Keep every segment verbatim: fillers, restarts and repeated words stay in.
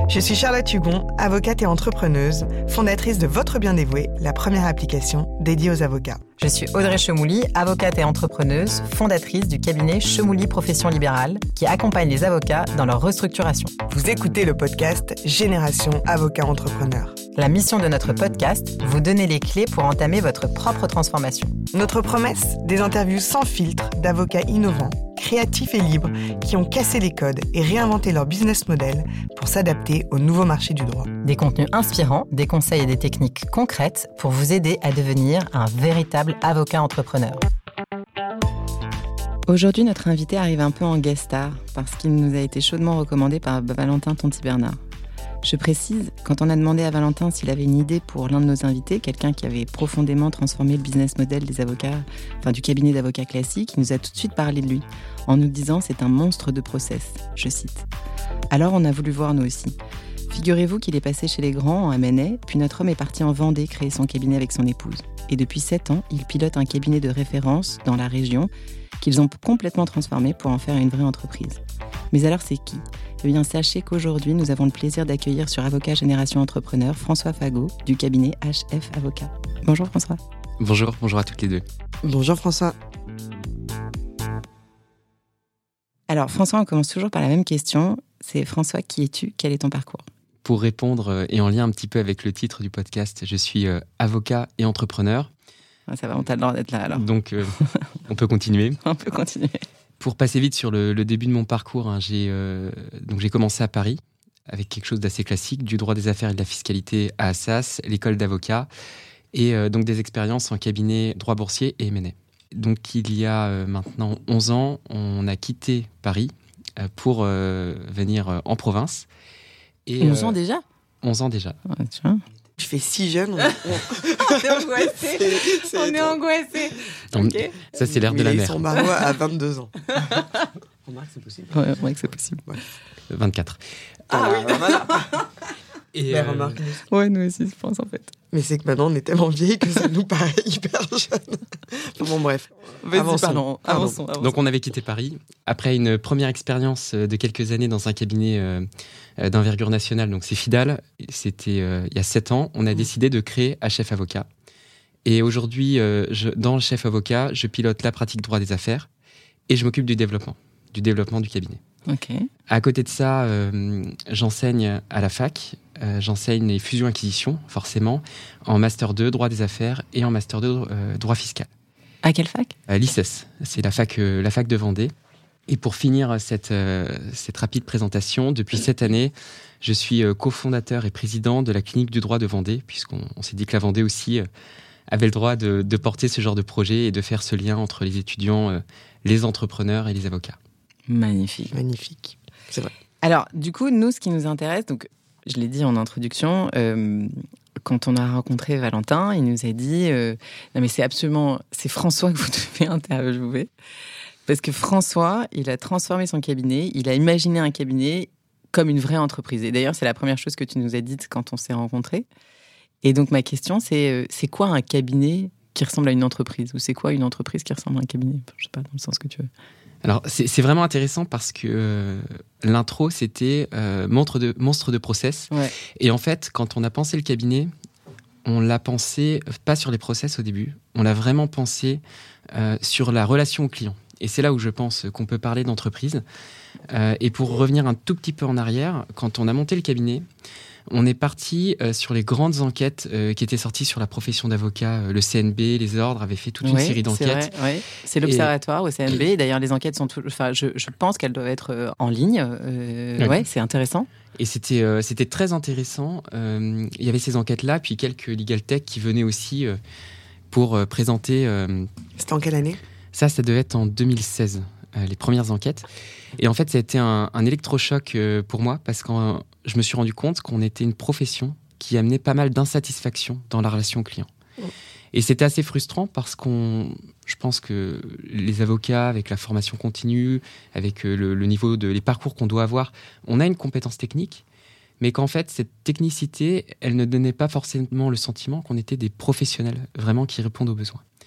Je suis Charlotte Hugon, avocate et entrepreneuse, fondatrice de Votre Bien Dévoué, la première application dédiée aux avocats. Je suis Audrey Chemouli, avocate et entrepreneuse, fondatrice du cabinet Chemouli Profession Libérale, qui accompagne les avocats dans leur restructuration. Vous écoutez le podcast Génération Avocat Entrepreneur. La mission de notre podcast, vous donner les clés pour entamer votre propre transformation. Notre promesse, des interviews sans filtre d'avocats innovants, créatifs et libres qui ont cassé les codes et réinventé leur business model pour s'adapter au nouveau marché du droit. Des contenus inspirants, des conseils et des techniques concrètes pour vous aider à devenir un véritable avocat entrepreneur. Aujourd'hui, notre invité arrive un peu en guest star parce qu'il nous a été chaudement recommandé par Valentin Tonti-Bernard. Je précise, quand on a demandé à Valentin s'il avait une idée pour l'un de nos invités, quelqu'un qui avait profondément transformé le business model des avocats, enfin du cabinet d'avocats classique, il nous a tout de suite parlé de lui, en nous disant c'est un monstre de process, je cite. Alors on a voulu voir nous aussi. Figurez-vous qu'il est passé chez les grands en M and A, puis notre homme est parti en Vendée créer son cabinet avec son épouse. Et depuis sept ans, il pilote un cabinet de référence dans la région qu'ils ont complètement transformé pour en faire une vraie entreprise. Mais alors c'est qui ? Eh bien, sachez qu'aujourd'hui, nous avons le plaisir d'accueillir sur Avocat Génération Entrepreneur François Fagot du cabinet H F Avocat. Bonjour François. Bonjour, bonjour à toutes les deux. Bonjour François. Alors François, on commence toujours par la même question. C'est François, qui es-tu ? Quel est ton parcours ? Pour répondre, et en lien un petit peu avec le titre du podcast, je suis euh, avocat et entrepreneur. Ah, ça va, on t'a le droit d'être là alors. Donc, euh, on peut continuer. On peut continuer. Pour passer vite sur le, le début de mon parcours, hein, j'ai, euh, donc j'ai commencé à Paris avec quelque chose d'assez classique, du droit des affaires et de la fiscalité à Assas, l'école d'avocat, et euh, donc des expériences en cabinet droit boursier et M and A. Donc il y a euh, maintenant onze ans, on a quitté Paris euh, pour euh, venir euh, en province. Et, onze euh, ans déjà ? onze ans déjà. Ouais, tu vois. Tu fais si jeune. On, on est angoissé. C'est, c'est on est angoissé. Okay. Ça, c'est l'air de la mer. Ils sont marois à vingt-deux ans. Remarque, c'est possible. Ouais, remarque, c'est possible. Ouais. vingt-quatre. Ah oui, voilà. Et Mais euh... remarque. Ouais, nous aussi, je pense, en fait. Mais c'est que maintenant, on est tellement vieilles que ça nous paraît hyper jeune. Bon, bref. Vas-y, avançons. Pardon, avançons, avançons. Donc, on avait quitté Paris. Après une première expérience de quelques années dans un cabinet euh, d'envergure nationale, donc c'est Fidal, c'était euh, il y a sept ans, on a mmh. décidé de créer H F Avocat. Et aujourd'hui, euh, je, dans H F Avocat, je pilote la pratique droit des affaires et je m'occupe du développement, du développement du cabinet. Ok. À côté de ça, euh, j'enseigne à la fac, euh, j'enseigne les fusions-acquisitions, forcément, en Master deux, droit des affaires, et en Master deux, euh, droit fiscal. À quelle fac ? À l'I C E S, c'est la fac, euh, la fac de Vendée. Et pour finir cette, euh, cette rapide présentation, depuis cette année, je suis euh, cofondateur et président de la clinique du droit de Vendée, puisqu'on on s'est dit que la Vendée aussi euh, avait le droit de, de porter ce genre de projet et de faire ce lien entre les étudiants, euh, les entrepreneurs et les avocats. Magnifique. Magnifique, c'est vrai. Alors, du coup, nous, ce qui nous intéresse, donc, je l'ai dit en introduction, euh, quand on a rencontré Valentin, il nous a dit euh, non mais c'est absolument, c'est François que vous devez interviewer, parce que François, il a transformé son cabinet, il a imaginé un cabinet comme une vraie entreprise. Et d'ailleurs, c'est la première chose que tu nous as dite quand on s'est rencontrés. Et donc, ma question, c'est c'est quoi un cabinet qui ressemble à une entreprise ? Ou c'est quoi une entreprise qui ressemble à un cabinet ? Je sais pas, dans le sens que tu veux. Alors, c'est, c'est vraiment intéressant parce que euh, l'intro, c'était euh, monstre, de, monstre de process. Ouais. Et en fait, quand on a pensé le cabinet, on l'a pensé pas sur les process au début, on l'a vraiment pensé euh, sur la relation au client. Et c'est là où je pense qu'on peut parler d'entreprise. Euh, et pour revenir un tout petit peu en arrière, quand on a monté le cabinet, on est parti euh, sur les grandes enquêtes euh, qui étaient sorties sur la profession d'avocat. Euh, le C N B, les ordres avaient fait toute une oui, série d'enquêtes. C'est, vrai, oui. C'est l'observatoire et... au C N B. Et d'ailleurs, les enquêtes sont... Tout... Enfin, je, je pense qu'elles doivent être euh, en ligne. Euh, oui. Ouais, c'est intéressant. Et c'était, euh, c'était très intéressant. Euh, il y avait ces enquêtes-là, puis quelques Legal Tech qui venaient aussi euh, pour euh, présenter... Euh... C'était en quelle année ? Ça, ça devait être en deux mille seize, euh, les premières enquêtes. Et en fait, ça a été un, un électrochoc euh, pour moi, parce que euh, je me suis rendu compte qu'on était une profession qui amenait pas mal d'insatisfaction dans la relation client. Mmh. Et c'était assez frustrant parce qu'on, je pense que les avocats, avec la formation continue, avec le, le niveau de les parcours qu'on doit avoir, on a une compétence technique, mais qu'en fait, cette technicité, elle ne donnait pas forcément le sentiment qu'on était des professionnels, vraiment qui répondent aux besoins.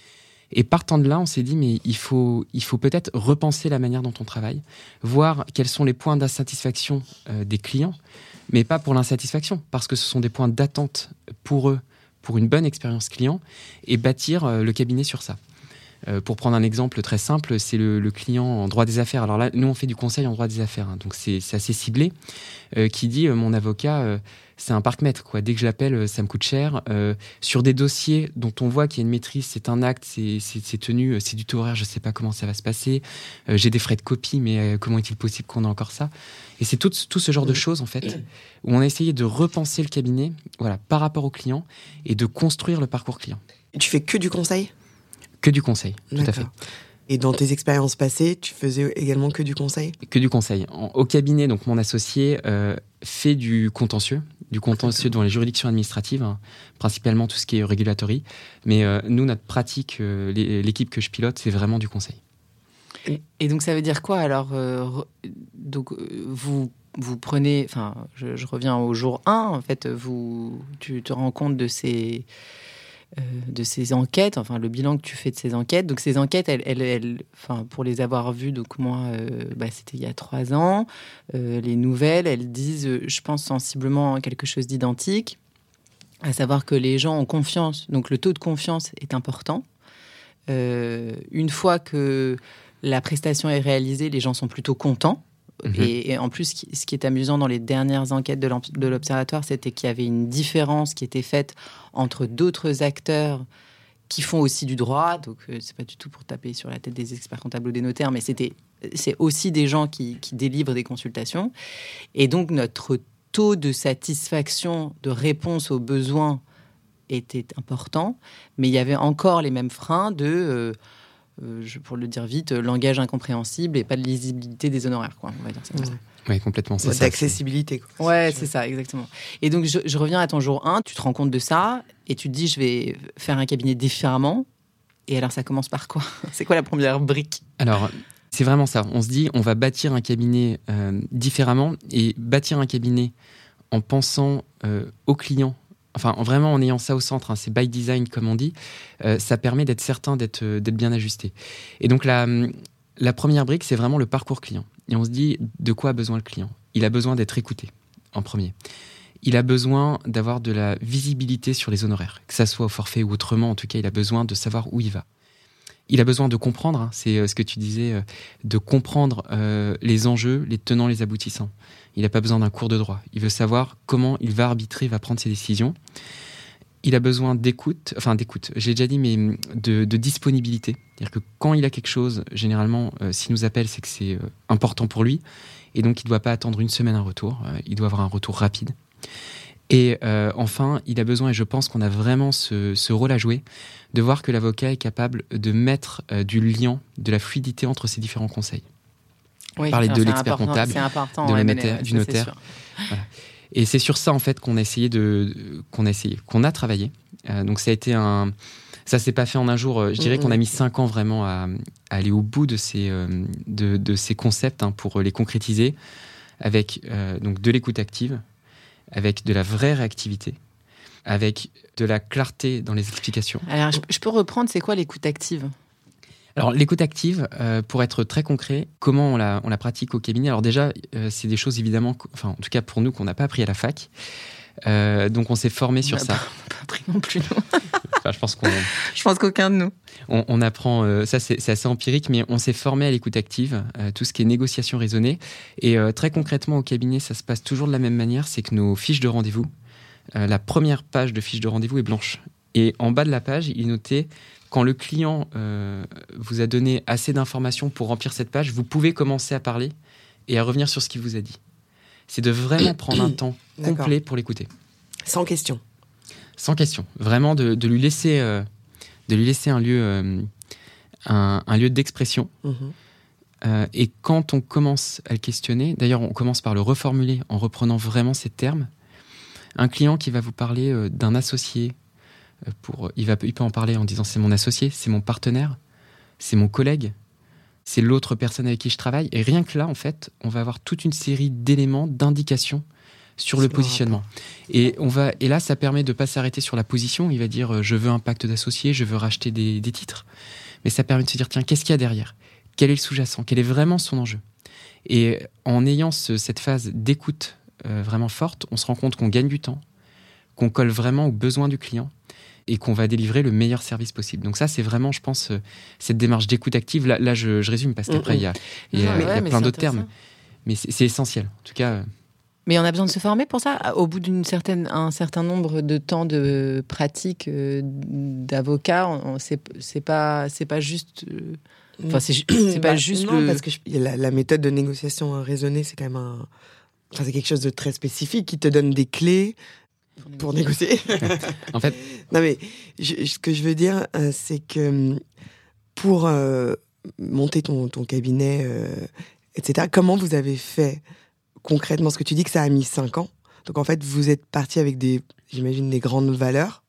Et partant de là, on s'est dit, mais il faut, il faut peut-être repenser la manière dont on travaille, voir quels sont les points d'insatisfaction euh, des clients, mais pas pour l'insatisfaction, parce que ce sont des points d'attente pour eux, pour une bonne expérience client, et bâtir euh, le cabinet sur ça. Euh, pour prendre un exemple très simple, c'est le, le client en droit des affaires. Alors là, nous, on fait du conseil en droit des affaires, hein, donc c'est, c'est assez ciblé, euh, qui dit, euh, mon avocat, euh, c'est un parc-mètre, quoi. Dès que je l'appelle, euh, ça me coûte cher. Euh, sur des dossiers dont on voit qu'il y a une maîtrise, c'est un acte, c'est, c'est, c'est tenu, c'est du taux horaire, je ne sais pas comment ça va se passer. Euh, j'ai des frais de copie, mais euh, comment est-il possible qu'on ait encore ça ? Et c'est tout, tout ce genre de choses, en fait, où on a essayé de repenser le cabinet, voilà, par rapport au client et de construire le parcours client. Et tu fais que du conseil ? Que du conseil, D'accord. tout à fait. Et dans tes expériences passées, tu faisais également que du conseil ? Que du conseil. En, au cabinet, donc mon associé euh, fait du contentieux, du contentieux devant les juridictions administratives, hein, principalement tout ce qui est régulatory. Mais euh, nous, notre pratique, euh, l'équipe que je pilote, c'est vraiment du conseil. Et, et donc ça veut dire quoi alors euh, donc vous vous prenez, enfin je, je reviens au jour un, en fait vous tu te rends compte de ces euh, de ces enquêtes, enfin le bilan que tu fais de ces enquêtes. Donc ces enquêtes, elles, elles, elles enfin pour les avoir vues, donc moi euh, bah, c'était il y a trois ans. Euh, les nouvelles, elles disent, je pense sensiblement quelque chose d'identique, à savoir que les gens ont confiance. Donc le taux de confiance est important. Euh, une fois que la prestation est réalisée, les gens sont plutôt contents. Mmh. Et, et en plus, ce qui est amusant dans les dernières enquêtes de, de l'Observatoire, c'était qu'il y avait une différence qui était faite entre d'autres acteurs qui font aussi du droit. Donc, euh, c'est pas du tout pour taper sur la tête des experts comptables ou des notaires, mais c'était, c'est aussi des gens qui, qui délivrent des consultations. Et donc, notre taux de satisfaction, de réponse aux besoins était important, mais il y avait encore les mêmes freins de... Euh, Euh, je, pour le dire vite, euh, langage incompréhensible et pas de lisibilité des honoraires, quoi. On va dire ça comme ça. Oui, complètement. C'est ouais, ça, d'accessibilité, quoi. Ouais, c'est ça, exactement. Et donc, je, je reviens à ton jour un, tu te rends compte de ça et tu te dis, je vais faire un cabinet différemment. Et alors, ça commence par quoi ? C'est quoi la première brique ? Alors, c'est vraiment ça. On se dit, on va bâtir un cabinet euh, différemment et bâtir un cabinet en pensant euh, aux clients. Enfin, vraiment en ayant ça au centre, hein, c'est by design comme on dit, euh, ça permet d'être certain d'être, d'être bien ajusté. Et donc la, la première brique, c'est vraiment le parcours client. Et on se dit, de quoi a besoin le client ? Il a besoin d'être écouté, en premier. Il a besoin d'avoir de la visibilité sur les honoraires, que ça soit au forfait ou autrement, en tout cas, il a besoin de savoir où il va. Il a besoin de comprendre, hein, c'est ce que tu disais, euh, de comprendre euh, les enjeux, les tenants, les aboutissants. Il n'a pas besoin d'un cours de droit. Il veut savoir comment il va arbitrer, va prendre ses décisions. Il a besoin d'écoute, enfin d'écoute, j'ai déjà dit, mais de, de disponibilité. C'est-à-dire que quand il a quelque chose, généralement, euh, s'il nous appelle, c'est que c'est euh, important pour lui. Et donc, il ne doit pas attendre une semaine un retour. Euh, il doit avoir un retour rapide. Et euh, enfin, il a besoin, et je pense qu'on a vraiment ce, ce rôle à jouer, de voir que l'avocat est capable de mettre euh, du lien, de la fluidité entre ces différents conseils. Oui, parler alors de c'est l'expert important, comptable, c'est important, de ouais, la mais notaire, ouais, du ça, notaire. Voilà. Et c'est sur ça en fait qu'on a essayé de, qu'on a essayé, qu'on a travaillé. Euh, donc ça a été un, ça s'est pas fait en un jour. Je dirais mmh. qu'on a mis cinq ans vraiment à, à aller au bout de ces, euh, de, de ces concepts hein, pour les concrétiser, avec euh, donc de l'écoute active, avec de la vraie réactivité, avec de la clarté dans les explications. Alors je, je peux reprendre, c'est quoi l'écoute active ? Alors, l'écoute active, euh, pour être très concret, comment on la, on la pratique au cabinet ? Alors déjà, euh, c'est des choses évidemment, enfin en tout cas pour nous, qu'on n'a pas appris à la fac. Euh, donc on s'est formé sur on ça. Pas, on n'a pas appris non plus, nous. Enfin, je pense qu'on... je pense qu'aucun de nous. On, on apprend, euh, ça c'est, c'est assez empirique, mais on s'est formé à l'écoute active, euh, tout ce qui est négociation raisonnée. Et euh, très concrètement au cabinet, ça se passe toujours de la même manière, c'est que nos fiches de rendez-vous, euh, la première page de fiche de rendez-vous est blanche. Et en bas de la page, il est noté... Quand le client euh, vous a donné assez d'informations pour remplir cette page, vous pouvez commencer à parler et à revenir sur ce qu'il vous a dit. C'est de vraiment prendre un temps complet D'accord. pour l'écouter. Sans question. Sans question. Vraiment de, de, lui, laisser, euh, de lui laisser un lieu, euh, un, un lieu d'expression. Mmh. Euh, et quand on commence à le questionner, d'ailleurs on commence par le reformuler en reprenant vraiment ces termes, un client qui va vous parler euh, d'un associé, Pour, il, va, il peut en parler en disant c'est mon associé, c'est mon partenaire, c'est mon collègue, c'est l'autre personne avec qui je travaille. Et rien que là, en fait, on va avoir toute une série d'éléments, d'indications sur le positionnement. Et, on va, et là, ça permet de ne pas s'arrêter sur la position. Il va dire euh, je veux un pacte d'associés, je veux racheter des, des titres. Mais ça permet de se dire tiens, qu'est-ce qu'il y a derrière ? Quel est le sous-jacent ? Quel est vraiment son enjeu ? Et en ayant ce, cette phase d'écoute euh, vraiment forte, on se rend compte qu'on gagne du temps, qu'on colle vraiment aux besoins du client et qu'on va délivrer le meilleur service possible. Donc ça, c'est vraiment, je pense, euh, cette démarche d'écoute active. Là, là je, je résume parce qu'après, il y a, y a, ouais, y a mais plein c'est d'autres termes. Mais c'est, c'est essentiel. En tout cas... Euh, Mais on a besoin de se former pour ça. Au bout d'un certain, certain nombre de temps de pratique euh, d'avocat, on, on, c'est, c'est, pas, c'est pas juste... Euh, enfin, c'est, c'est pas bah, juste non, le... parce que je, la, la méthode de négociation raisonnée, c'est quand même un... Enfin, c'est quelque chose de très spécifique qui te donne des clés pour négocier. En fait... Non, mais je, ce que je veux dire, euh, c'est que pour euh, monter ton, ton cabinet, euh, et cetera, comment vous avez fait concrètement? Ce que tu dis que ça a mis cinq ans. Donc, en fait, vous êtes parti avec des, j'imagine, des grandes valeurs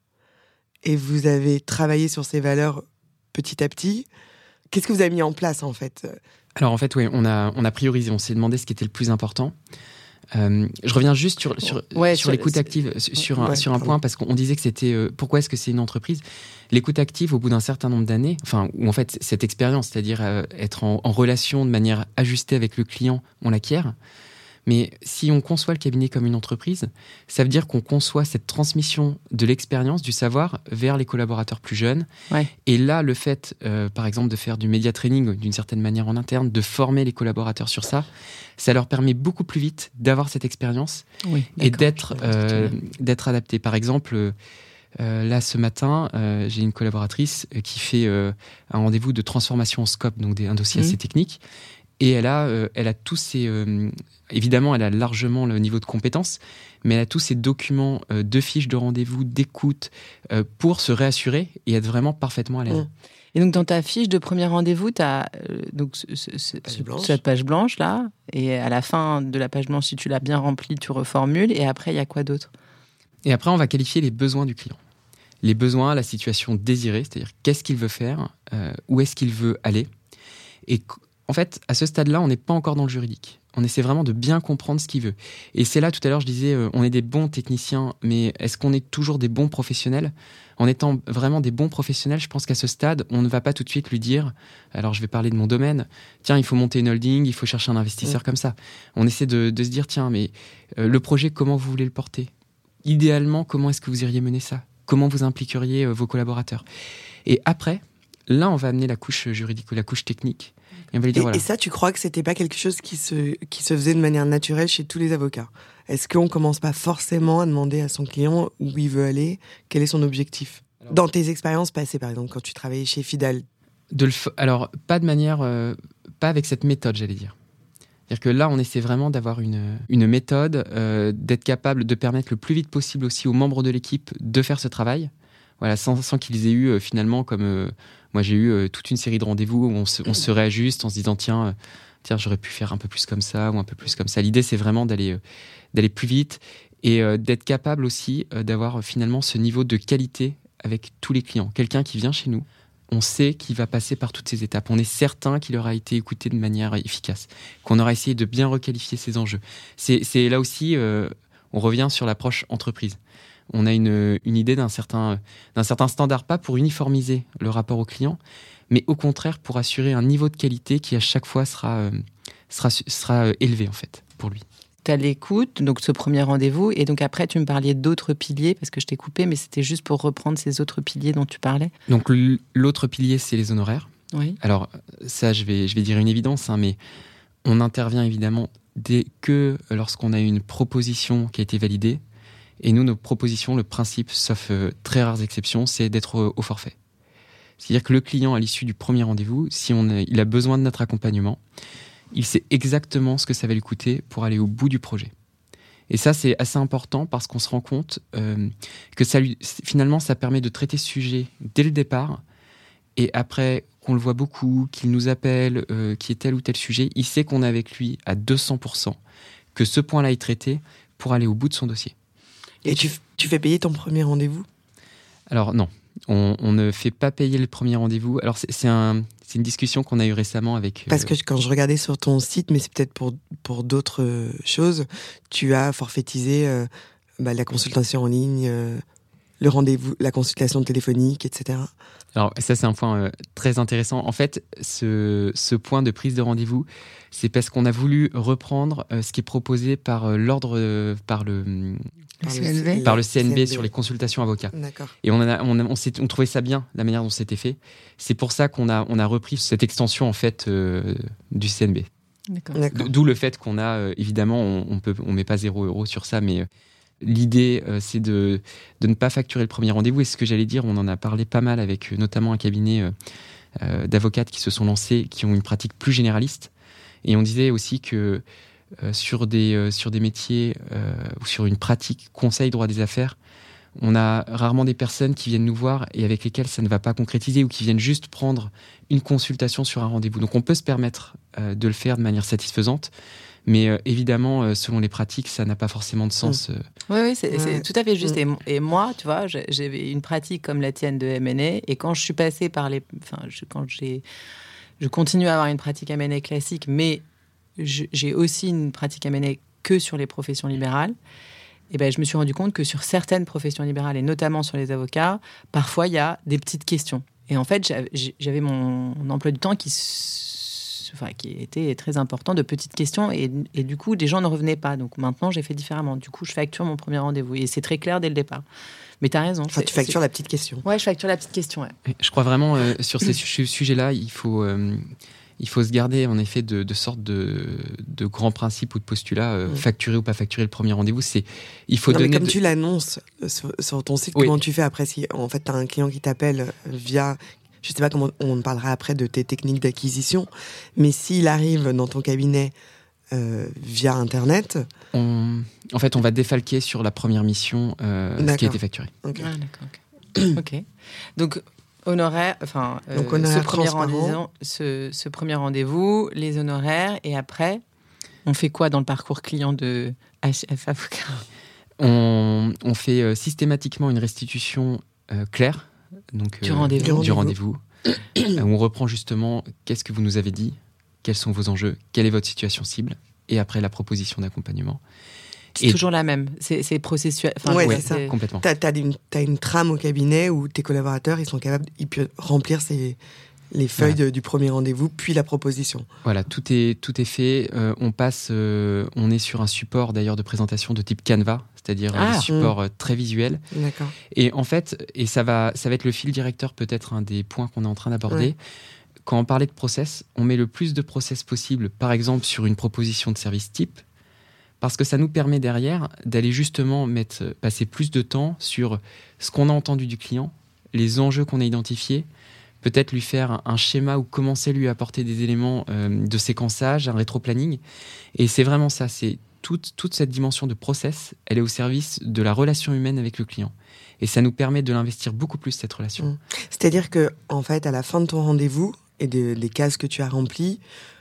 et vous avez travaillé sur ces valeurs petit à petit. Qu'est-ce que vous avez mis en place, en fait? Alors, en fait, oui, on a, on a priorisé. On s'est demandé ce qui était le plus important. Euh, je reviens juste sur, sur, ouais, sur sur l'écoute c'est... active, sur un, ouais, sur un point, parce qu'on disait que c'était... Euh, pourquoi est-ce que c'est une entreprise ? L'écoute active, au bout d'un certain nombre d'années, enfin, ou en fait, cette expérience, c'est-à-dire euh, être en, en relation de manière ajustée avec le client, on l'acquiert. Mais si on conçoit le cabinet comme une entreprise, ça veut dire qu'on conçoit cette transmission de l'expérience, du savoir, vers les collaborateurs plus jeunes. Ouais. Et là, le fait, euh, par exemple, de faire du média training d'une certaine manière en interne, de former les collaborateurs sur ça, ça leur permet beaucoup plus vite d'avoir cette expérience oui, et d'être, euh, d'être adapté. Par exemple, euh, là, ce matin, euh, j'ai une collaboratrice qui fait euh, un rendez-vous de transformation en scope, donc des, un dossier mmh. assez technique. Et elle a, euh, elle a tous ces... Euh, évidemment, elle a largement le niveau de compétence, mais elle a tous ces documents euh, de fiches de rendez-vous, d'écoute, euh, pour se réassurer et être vraiment parfaitement à l'aise. Mmh. Et donc, dans ta fiche de premier rendez-vous, tu as euh, donc, ce, ce, ce, cette page blanche, là, et à la fin de la page blanche, si tu l'as bien remplie, tu reformules, et après, il y a quoi d'autre ? Et après, on va qualifier les besoins du client. Les besoins, la situation désirée, c'est-à-dire qu'est-ce qu'il veut faire, euh, où est-ce qu'il veut aller, et en fait, à ce stade-là, on n'est pas encore dans le juridique. On essaie vraiment de bien comprendre ce qu'il veut. Et c'est là, tout à l'heure, je disais, euh, on est des bons techniciens, mais est-ce qu'on est toujours des bons professionnels ? En étant vraiment des bons professionnels, je pense qu'à ce stade, on ne va pas tout de suite lui dire, alors je vais parler de mon domaine, tiens, il faut monter une holding, il faut chercher un investisseur mmh. comme ça. On essaie de, de se dire, tiens, mais euh, le projet, comment vous voulez le porter ? Idéalement, comment est-ce que vous iriez mener ça ? Comment vous impliqueriez euh, vos collaborateurs ? Et après, là, on va amener la couche juridique ou la couche technique. Et, on va lui dire, et, voilà. et ça, tu crois que c'était pas quelque chose qui se, qui se faisait de manière naturelle chez tous les avocats ? Est-ce qu'on commence pas forcément à demander à son client où il veut aller, quel est son objectif ? Alors, dans tes expériences passées, par exemple, quand tu travaillais chez Fidal. De le f- Alors, pas de manière... Euh, pas avec cette méthode, j'allais dire. C'est-à-dire que là, on essaie vraiment d'avoir une, une méthode, euh, d'être capable de permettre le plus vite possible aussi aux membres de l'équipe de faire ce travail, voilà, sans, sans qu'ils aient eu euh, finalement comme... Euh, moi, j'ai eu euh, toute une série de rendez-vous où on se, on se réajuste en se disant tiens, euh, tiens, j'aurais pu faire un peu plus comme ça ou un peu plus comme ça. L'idée, c'est vraiment d'aller, euh, d'aller plus vite et euh, d'être capable aussi euh, d'avoir euh, finalement ce niveau de qualité avec tous les clients. Quelqu'un qui vient chez nous, on sait qu'il va passer par toutes ces étapes. On est certain qu'il aura été écouté de manière efficace, qu'on aura essayé de bien requalifier ses enjeux. C'est, c'est là aussi, euh, on revient sur l'approche entreprise. On a une, une idée d'un certain, d'un certain standard, pas pour uniformiser le rapport au client, mais au contraire pour assurer un niveau de qualité qui à chaque fois sera, euh, sera, sera élevé en fait pour lui. Tu as l'écoute, donc ce premier rendez-vous, et donc après tu me parlais d'autres piliers, parce que je t'ai coupé, mais c'était juste pour reprendre ces autres piliers dont tu parlais. Donc l'autre pilier, c'est les honoraires. Oui. Alors ça, je vais, je vais dire une évidence, hein, mais on intervient évidemment dès que lorsqu'on a une proposition qui a été validée. Et nous, nos propositions, le principe, sauf euh, très rares exceptions, c'est d'être euh, au forfait. C'est-à-dire que le client, à l'issue du premier rendez-vous, si on a, il a besoin de notre accompagnement, il sait exactement ce que ça va lui coûter pour aller au bout du projet. Et ça, c'est assez important parce qu'on se rend compte euh, que ça lui, finalement, ça permet de traiter ce sujet dès le départ. Et après, qu'on le voit beaucoup, qu'il nous appelle, euh, qu'il y ait tel ou tel sujet, il sait qu'on est avec lui à deux cents pour cent, que ce point-là est traité pour aller au bout de son dossier. Et tu, tu fais payer ton premier rendez-vous ? Alors non, On, on ne fait pas payer le premier rendez-vous. Alors, c'est, c'est, un, c'est une discussion qu'on a eue récemment avec... Parce que quand je regardais sur ton site, mais c'est peut-être pour, pour d'autres choses, tu as forfaitisé euh, bah, la consultation en ligne, euh, le rendez-vous, la consultation téléphonique, et cetera. Alors, ça, c'est un point euh, très intéressant. En fait, ce, ce point de prise de rendez-vous, c'est parce qu'on a voulu reprendre euh, ce qui est proposé par euh, l'ordre, euh, par le... Par C N V le, par le C N V, C N V sur les consultations avocats. D'accord. Et on, a, on, a, on, s'est, on trouvait ça bien, la manière dont c'était fait. C'est pour ça qu'on a, on a repris cette extension en fait, euh, du C N B. D'accord. D'accord. D'où le fait qu'on a, euh, évidemment, on ne on on met pas zéro euro sur ça, mais euh, l'idée, euh, c'est de, de ne pas facturer le premier rendez-vous. Et ce que j'allais dire, on en a parlé pas mal avec euh, notamment un cabinet euh, euh, d'avocates qui se sont lancés, qui ont une pratique plus généraliste. Et on disait aussi que Euh, sur, des, euh, sur des métiers euh, ou sur une pratique conseil droit des affaires, on a rarement des personnes qui viennent nous voir et avec lesquelles ça ne va pas concrétiser ou qui viennent juste prendre une consultation sur un rendez-vous. Donc on peut se permettre euh, de le faire de manière satisfaisante, mais euh, évidemment, euh, selon les pratiques, ça n'a pas forcément de sens. Mmh. Oui, oui, c'est, Ouais. c'est tout à fait juste. Mmh. Et, et moi, tu vois, j'ai- j'avais une pratique comme la tienne de M and A, et quand je suis passée par les... Enfin, je, quand j'ai... Je continue à avoir une pratique M and A classique, mais je- j'ai aussi une pratique M and A que sur les professions libérales. Et ben, je me suis rendu compte que sur certaines professions libérales, et notamment sur les avocats, parfois il y a des petites questions. Et en fait, j'avais, j'avais mon emploi du temps qui, s- enfin, qui était très important, de petites questions, et, et du coup, des gens ne revenaient pas. Donc maintenant, j'ai fait différemment. Du coup, je facture mon premier rendez-vous, et c'est très clair dès le départ. Mais tu as raison. Enfin, c'est- tu factures c'est- la petite question. Ouais, je facture la petite question. Ouais. Je crois vraiment, euh, sur ces su- sujets-là, il faut... euh, Il faut se garder en effet de, de sortes de, de grands principes ou de postulats, euh, Mm. facturer ou pas facturer le premier rendez-vous. C'est, il faut Non, donner. mais comme de- tu l'annonces sur, sur ton site, Oui. comment tu fais après si en fait tu as un client qui t'appelle via, je sais pas comment, on parlera après de tes techniques d'acquisition, mais s'il arrive dans ton cabinet euh, via Internet, on, en fait, on va défalquer sur la première mission euh, ce qui a D'accord. été facturé. ok. Ah, d'accord. Ok. Ok. Donc, honoraire, enfin, euh, Donc, honoraire ce, premier transparent. rendez-vous, ce, ce premier rendez-vous, les honoraires, et après, on fait quoi dans le parcours client de H F Avocat? On, on fait euh, systématiquement une restitution euh, claire donc, Du euh, rendez-vous. du rendez-vous, euh, où on reprend justement qu'est-ce que vous nous avez dit, quels sont vos enjeux, quelle est votre situation cible, et après la proposition d'accompagnement. C'est Et- toujours la même. C'est, c'est processuel. Enfin, Ouais, Ouais, c'est ça. complètement. T'as, t'as une, t'as une trame au cabinet où tes collaborateurs ils sont capables, ils peuvent remplir ces, les feuilles Voilà. de- du premier rendez-vous puis la proposition. Voilà, tout est, tout est fait. Euh, on passe, euh, on est sur un support d'ailleurs de présentation de type Canva, c'est-à-dire Ah. un support euh, très visuel. D'accord. Et en fait, et ça va, ça va être le fil directeur peut-être un des points qu'on est en train d'aborder. Ouais. Quand on parlait de process, on met le plus de process possible, par exemple sur une proposition de service type, parce que ça nous permet derrière d'aller justement mettre, passer plus de temps sur ce qu'on a entendu du client, les enjeux qu'on a identifiés, peut-être lui faire un, un schéma ou commencer à lui apporter des éléments euh, de séquençage, un rétro-planning. Et c'est vraiment ça, c'est toute, toute cette dimension de process, elle est au service de la relation humaine avec le client. Et ça nous permet de l'investir beaucoup plus, cette relation. Mm. C'est-à-dire que en fait, à la fin de ton rendez-vous et des, des cases que tu as remplies,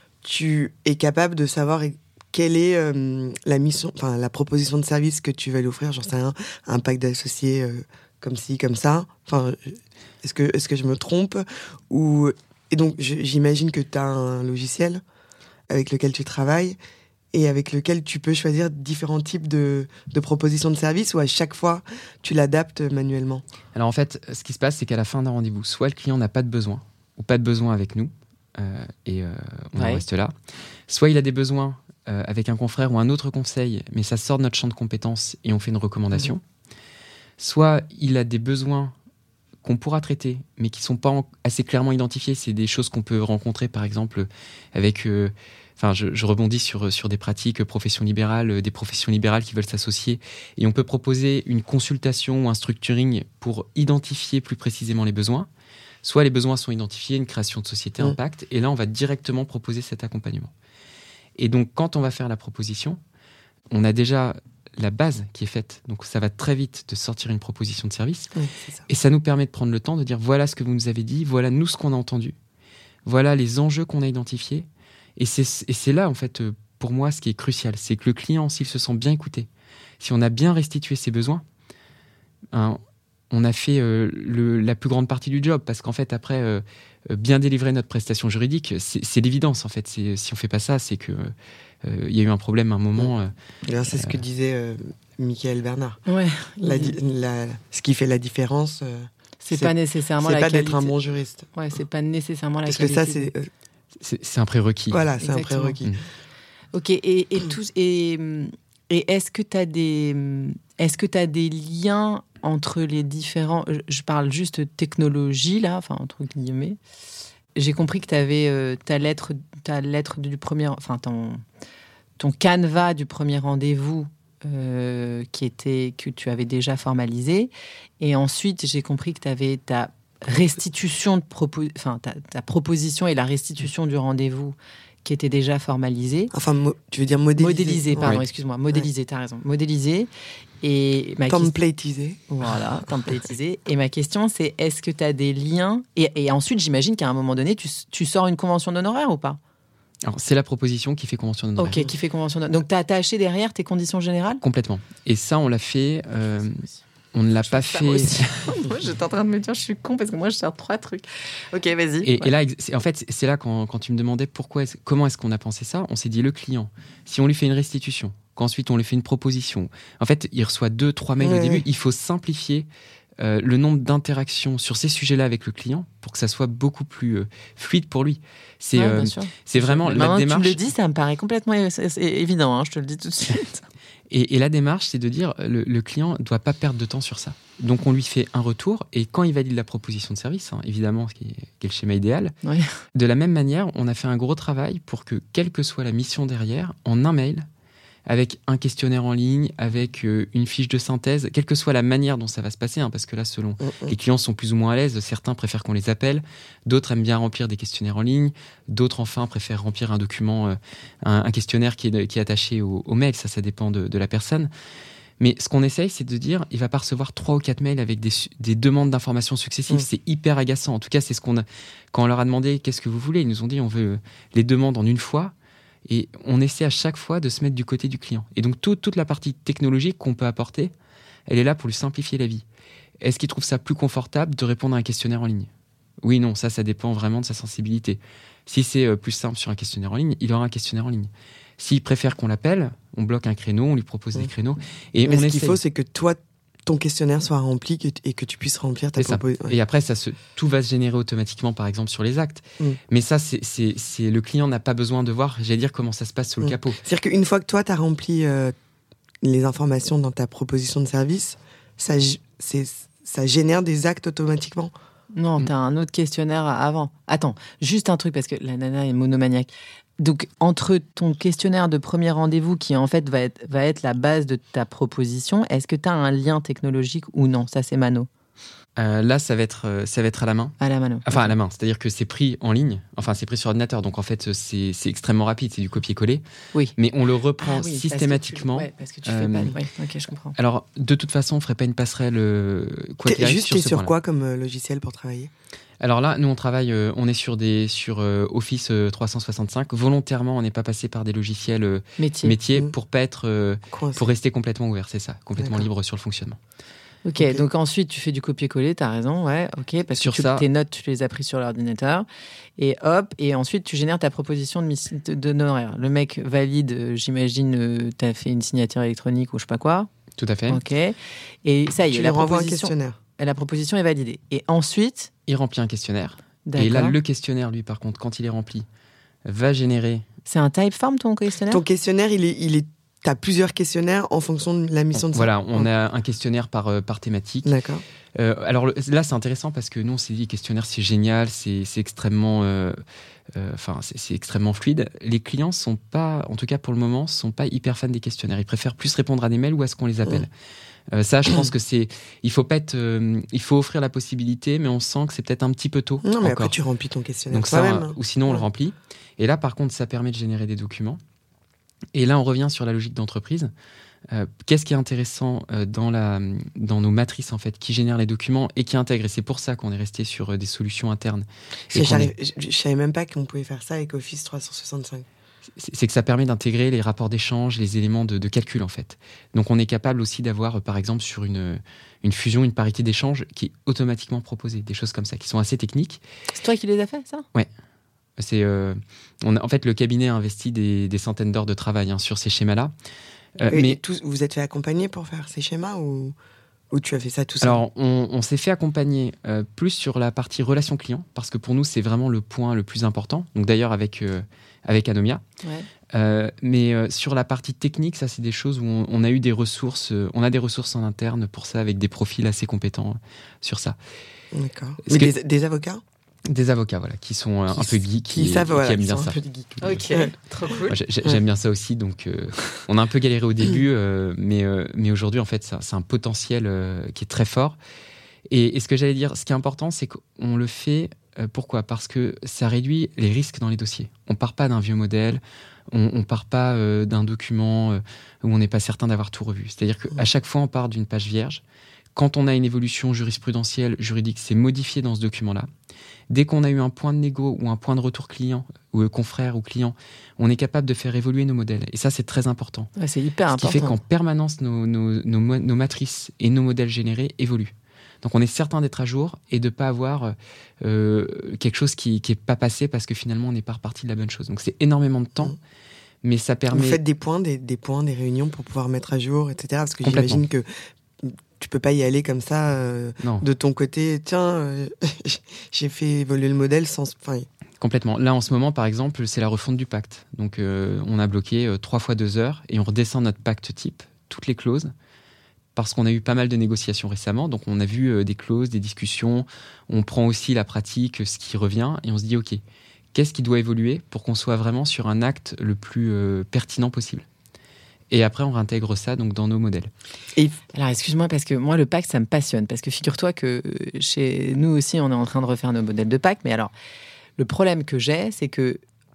tu es capable de savoir quelle est euh, la mission, enfin la proposition de service que tu vas lui offrir. J'en sais rien, un pack d'associés euh, comme ci, comme ça. Enfin, est-ce que est-ce que je me trompe ou et donc je- j'imagine que tu as un logiciel avec lequel tu travailles et avec lequel tu peux choisir différents types de, de propositions de service ou à chaque fois tu l'adaptes manuellement. Alors en fait, ce qui se passe, c'est qu'à la fin d'un rendez-vous, soit le client n'a pas de besoin, ou pas de besoin avec nous, euh, et euh, on Ouais. en reste là. Soit il a des besoins euh, avec un confrère ou un autre conseil, mais ça sort de notre champ de compétences et on fait une recommandation. Mmh. Soit il a des besoins qu'on pourra traiter, mais qui ne sont pas en- assez clairement identifiés. C'est des choses qu'on peut rencontrer, par exemple, avec... euh, Enfin, je, je rebondis sur, sur des pratiques, euh, professions libérales, euh, des professions libérales qui veulent s'associer. Et on peut proposer une consultation ou un structuring pour identifier plus précisément les besoins. Soit les besoins sont identifiés, une création de société Mmh. impact, et là, on va directement proposer cet accompagnement. Et donc, quand on va faire la proposition, on a déjà la base qui est faite. Donc, ça va très vite de sortir une proposition de service. Oui, c'est ça. Et ça nous permet de prendre le temps de dire voilà ce que vous nous avez dit, voilà nous ce qu'on a entendu, voilà les enjeux qu'on a identifiés. Et c'est, et c'est là, en fait, euh, pour moi, ce qui est crucial. C'est que le client, s'il se sent bien écouté, si on a bien restitué ses besoins, hein, on a fait euh, le, la plus grande partie du job, parce qu'en fait, après, euh, bien délivrer notre prestation juridique, c'est, c'est l'évidence, en fait. C'est, si on fait pas ça, c'est que euh, il y a eu un problème à un moment. Euh, Alors, c'est euh, ce que disait euh, Michael Bernard. Ouais. La, la, ce qui fait la différence, euh, c'est, c'est pas nécessairement c'est la pas qualité. d'être un bon juriste. Ouais, c'est pas nécessairement la parce qualité. Parce que ça, c'est... Euh, c'est, c'est un prérequis. Voilà, c'est Exactement. un prérequis. Mmh. Ok, et, et, tous, et, et est-ce que tu as des, est-ce que tu as des liens entre les différents... Je parle juste technologie, là, enfin, entre guillemets. J'ai compris que tu avais euh, ta lettre, ta lettre du premier... Enfin, ton, ton canevas du premier rendez-vous euh, qui était, que tu avais déjà formalisé. Et ensuite, j'ai compris que tu avais ta restitution de propos, enfin, ta, ta proposition et la restitution du rendez-vous qui était déjà formalisée. Enfin, mo- tu veux dire modélisé. Modélisé, pardon, ouais. excuse-moi. Modélisé, ouais. T'as raison. Modélisé. Et ma templatisé. Question... Voilà, templatisé. Et ma question, c'est est-ce que tu as des liens et, et ensuite, j'imagine qu'à un moment donné, tu, tu sors une convention d'honoraires ou pas? Alors, c'est la proposition qui fait convention d'honoraires. Ok, qui fait convention d'honoraires. Donc, tu as attaché derrière tes conditions générales? Complètement. Et ça, on l'a fait... Euh, on ne l'a je pas fait... Moi, j'étais en train de me dire, je suis con parce que moi, je sers trois trucs. Ok, vas-y. Et, ouais. et là, c'est, en fait, c'est là quand, quand tu me demandais pourquoi est-ce, comment est-ce qu'on a pensé ça, on s'est dit, le client, si on lui fait une restitution, qu'ensuite on lui fait une proposition, en fait, il reçoit deux, trois mails ouais, au début, ouais. Il faut simplifier euh, le nombre d'interactions sur ces sujets-là avec le client pour que ça soit beaucoup plus euh, fluide pour lui. C'est, ouais, euh, c'est vraiment la Maintenant démarche... tu me le dis, ça me paraît complètement é- c'est, c'est évident, hein, je te le dis tout de suite. Et, et la démarche, c'est de dire le, le client ne doit pas perdre de temps sur ça. Donc, on lui fait un retour et quand il valide la proposition de service, hein, évidemment, ce qui est, qui est le schéma idéal, oui. De la même manière, on a fait un gros travail pour que, quelle que soit la mission derrière, en un mail, avec un questionnaire en ligne, avec euh, une fiche de synthèse, quelle que soit la manière dont ça va se passer, hein, parce que là, selon mmh. les clients sont plus ou moins à l'aise, certains préfèrent qu'on les appelle, d'autres aiment bien remplir des questionnaires en ligne, d'autres enfin préfèrent remplir un document, euh, un, un questionnaire qui est, qui est attaché au, au mail, ça, ça dépend de, de la personne. Mais ce qu'on essaye, c'est de dire, il va pas recevoir trois ou quatre mails avec des, des demandes d'informations successives. Mmh. C'est hyper agaçant. En tout cas, c'est ce qu'on a, quand on leur a demandé qu'est-ce que vous voulez, ils nous ont dit on veut les demandes en une fois. Et on essaie à chaque fois de se mettre du côté du client. Et donc, tout, toute la partie technologique qu'on peut apporter, elle est là pour lui simplifier la vie. Est-ce qu'il trouve ça plus confortable de répondre à un questionnaire en ligne ? Oui, non, ça, ça dépend vraiment de sa sensibilité. Si c'est plus simple sur un questionnaire en ligne, il aura un questionnaire en ligne. S'il préfère qu'on l'appelle, on bloque un créneau, on lui propose mmh. des créneaux. Et Mais on ce essaie... qu'il faut, c'est que toi, ton questionnaire soit rempli et que tu puisses remplir ta proposition. Ouais. Et après, ça se, tout va se générer automatiquement, par exemple, sur les actes. Mmh. Mais ça, c'est, c'est, c'est, le client n'a pas besoin de voir, j'allais dire, comment ça se passe sous mmh. le capot. C'est-à-dire qu'une fois que toi, tu as rempli euh, les informations dans ta proposition de service, ça, c'est, ça génère des actes automatiquement. Non, mmh. tu as un autre questionnaire avant. Attends, juste un truc, parce que la nana est monomaniaque. Donc, entre ton questionnaire de premier rendez-vous, qui en fait va être, va être la base de ta proposition, est-ce que tu as un lien technologique ou non ? Ça, c'est mano. Euh, là, ça va, être, ça va être à la main. À la mano. Enfin, okay. à la main. C'est-à-dire que c'est pris en ligne. Enfin, c'est pris sur ordinateur. Donc, en fait, c'est, c'est extrêmement rapide. C'est du copier-coller. Oui. Mais on le reprend ah, oui, Parce systématiquement. que tu, ouais, parce que tu euh, fais pas... Oui, ok, je comprends. Alors, de toute façon, on ne ferait pas une passerelle euh, quoi qu'il arrive Juste, sur ce sur point-là. quoi comme euh, logiciel pour travailler ? Alors là, nous, on travaille, euh, on est sur, des, sur euh, Office euh, trois cent soixante-cinq. Volontairement, on n'est pas passé par des logiciels euh, métiers métier mmh. pour pas être, euh, pour rester complètement ouvert, c'est ça, complètement D'accord. libre sur le fonctionnement. Okay, ok, donc ensuite, tu fais du copier-coller, t'as raison, ouais, ok, parce sur que tu, ça, tes notes, tu les as prises sur l'ordinateur, et hop, et ensuite, tu génères ta proposition de mission d'honoraire. Le mec valide, euh, j'imagine, euh, t'as fait une signature électronique ou je sais pas quoi. Tout à fait. Ok, et ça y est, tu la lui renvoies proposition... un questionnaire. La proposition est validée. Et ensuite... Il remplit un questionnaire. D'accord. Et là, le questionnaire, lui, par contre, quand il est rempli, va générer... C'est un Typeform, ton questionnaire ? Ton questionnaire, il est... Il est... Tu as plusieurs questionnaires en fonction de la mission de Voilà, on a un questionnaire par, euh, par thématique. D'accord. Euh, alors là, c'est intéressant parce que nous, on s'est dit, questionnaire, c'est génial, c'est, c'est extrêmement... Euh, euh, enfin, c'est, c'est extrêmement fluide. Les clients sont pas, en tout cas pour le moment, sont pas hyper fans des questionnaires. Ils préfèrent plus répondre à des mails ou à ce qu'on les appelle. Mmh. Euh, ça, je pense que c'est... Il faut pas être... Euh, il faut offrir la possibilité, mais on sent que c'est peut-être un petit peu tôt. Non, mais encore. après, tu remplis ton questionnaire Donc ça, toi-même. Ou sinon, on ouais. le remplit. Et là, par contre, ça permet de générer des documents. Et là, on revient sur la logique d'entreprise. Euh, qu'est-ce qui est intéressant euh, dans, la, dans nos matrices, en fait, qui génèrent les documents et qui intègrent. Et c'est pour ça qu'on est resté sur euh, des solutions internes. Et je ne est... savais même pas qu'on pouvait faire ça avec Office trois cent soixante-cinq. c'est, c'est que ça permet d'intégrer les rapports d'échange, les éléments de, de calcul en fait. Donc on est capable aussi d'avoir, par exemple, sur une, une fusion, une parité d'échange qui est automatiquement proposée, des choses comme ça, qui sont assez techniques. C'est toi qui les as fait, ça ? Ouais. C'est, euh, on a, en fait, le cabinet a investi des, des centaines d'heures de travail hein, sur ces schémas-là. Euh, mais tous, vous êtes fait accompagner pour faire ces schémas ou, ou tu as fait ça tout seul ? Alors, on, on s'est fait accompagner euh, plus sur la partie relation client, parce que pour nous, c'est vraiment le point le plus important. Donc d'ailleurs, avec, euh, avec Anomia. Ouais. Euh, mais euh, sur la partie technique, ça, c'est des choses où on, on a eu des ressources, euh, on a des ressources en interne pour ça, avec des profils assez compétents euh, sur ça. D'accord. Est-ce Mais que- des, des avocats ? Des avocats, voilà, qui sont euh, un peu geeks, Qui et- savent, et voilà, qui aiment qui bien sont ça. un peu des geeks. Ok, trop cool. Moi, j'ai- j'ai- j'aime bien ça aussi, donc euh, on a un peu galéré au début, euh, mais, euh, mais aujourd'hui, en fait, c'est un, c'est un potentiel euh, qui est très fort. Et, et ce que j'allais dire, ce qui est important, c'est qu'on le fait, euh, pourquoi ? Parce que ça réduit les risques dans les dossiers. On part pas d'un vieux modèle, on, on part pas euh, d'un document euh, où on n'est pas certain d'avoir tout revu. C'est-à-dire qu'à chaque fois, on part d'une page vierge. Quand on a une évolution jurisprudentielle, juridique, c'est modifié dans ce document-là. Dès qu'on a eu un point de négo ou un point de retour client, ou euh, confrère ou client, on est capable de faire évoluer nos modèles. Et ça, c'est très important. Ouais, c'est hyper Ce important. qui fait qu'en permanence, nos, nos, nos, mo- nos matrices et nos modèles générés évoluent. Donc on est certain d'être à jour et de ne pas avoir euh, quelque chose qui n'est pas passé parce que finalement, on n'est pas reparti de la bonne chose. Donc c'est énormément de temps, Mmh. mais ça permet... Vous faites des points, des, des points, des réunions pour pouvoir mettre à jour, et cetera. Parce que Complètement. j'imagine que tu peux pas y aller comme ça euh, Non. de ton côté. Tiens, euh, j'ai fait évoluer le modèle sans. Enfin, Complètement. Là, en ce moment, par exemple, c'est la refonte du pacte. Donc, euh, on a bloqué euh, trois fois deux heures et on redescend notre pacte type, toutes les clauses, parce qu'on a eu pas mal de négociations récemment. Donc, on a vu euh, des clauses, des discussions. On prend aussi la pratique, ce qui revient, et on se dit, OK, qu'est-ce qui doit évoluer pour qu'on soit vraiment sur un acte le plus euh, pertinent possible ? Et après, on réintègre ça donc, dans nos modèles. Et alors, excuse-moi, parce que moi, le pacte, ça me passionne. Parce que figure-toi que chez nous aussi, on est en train de refaire nos modèles de pacte. Mais alors, le problème que j'ai, c'est que,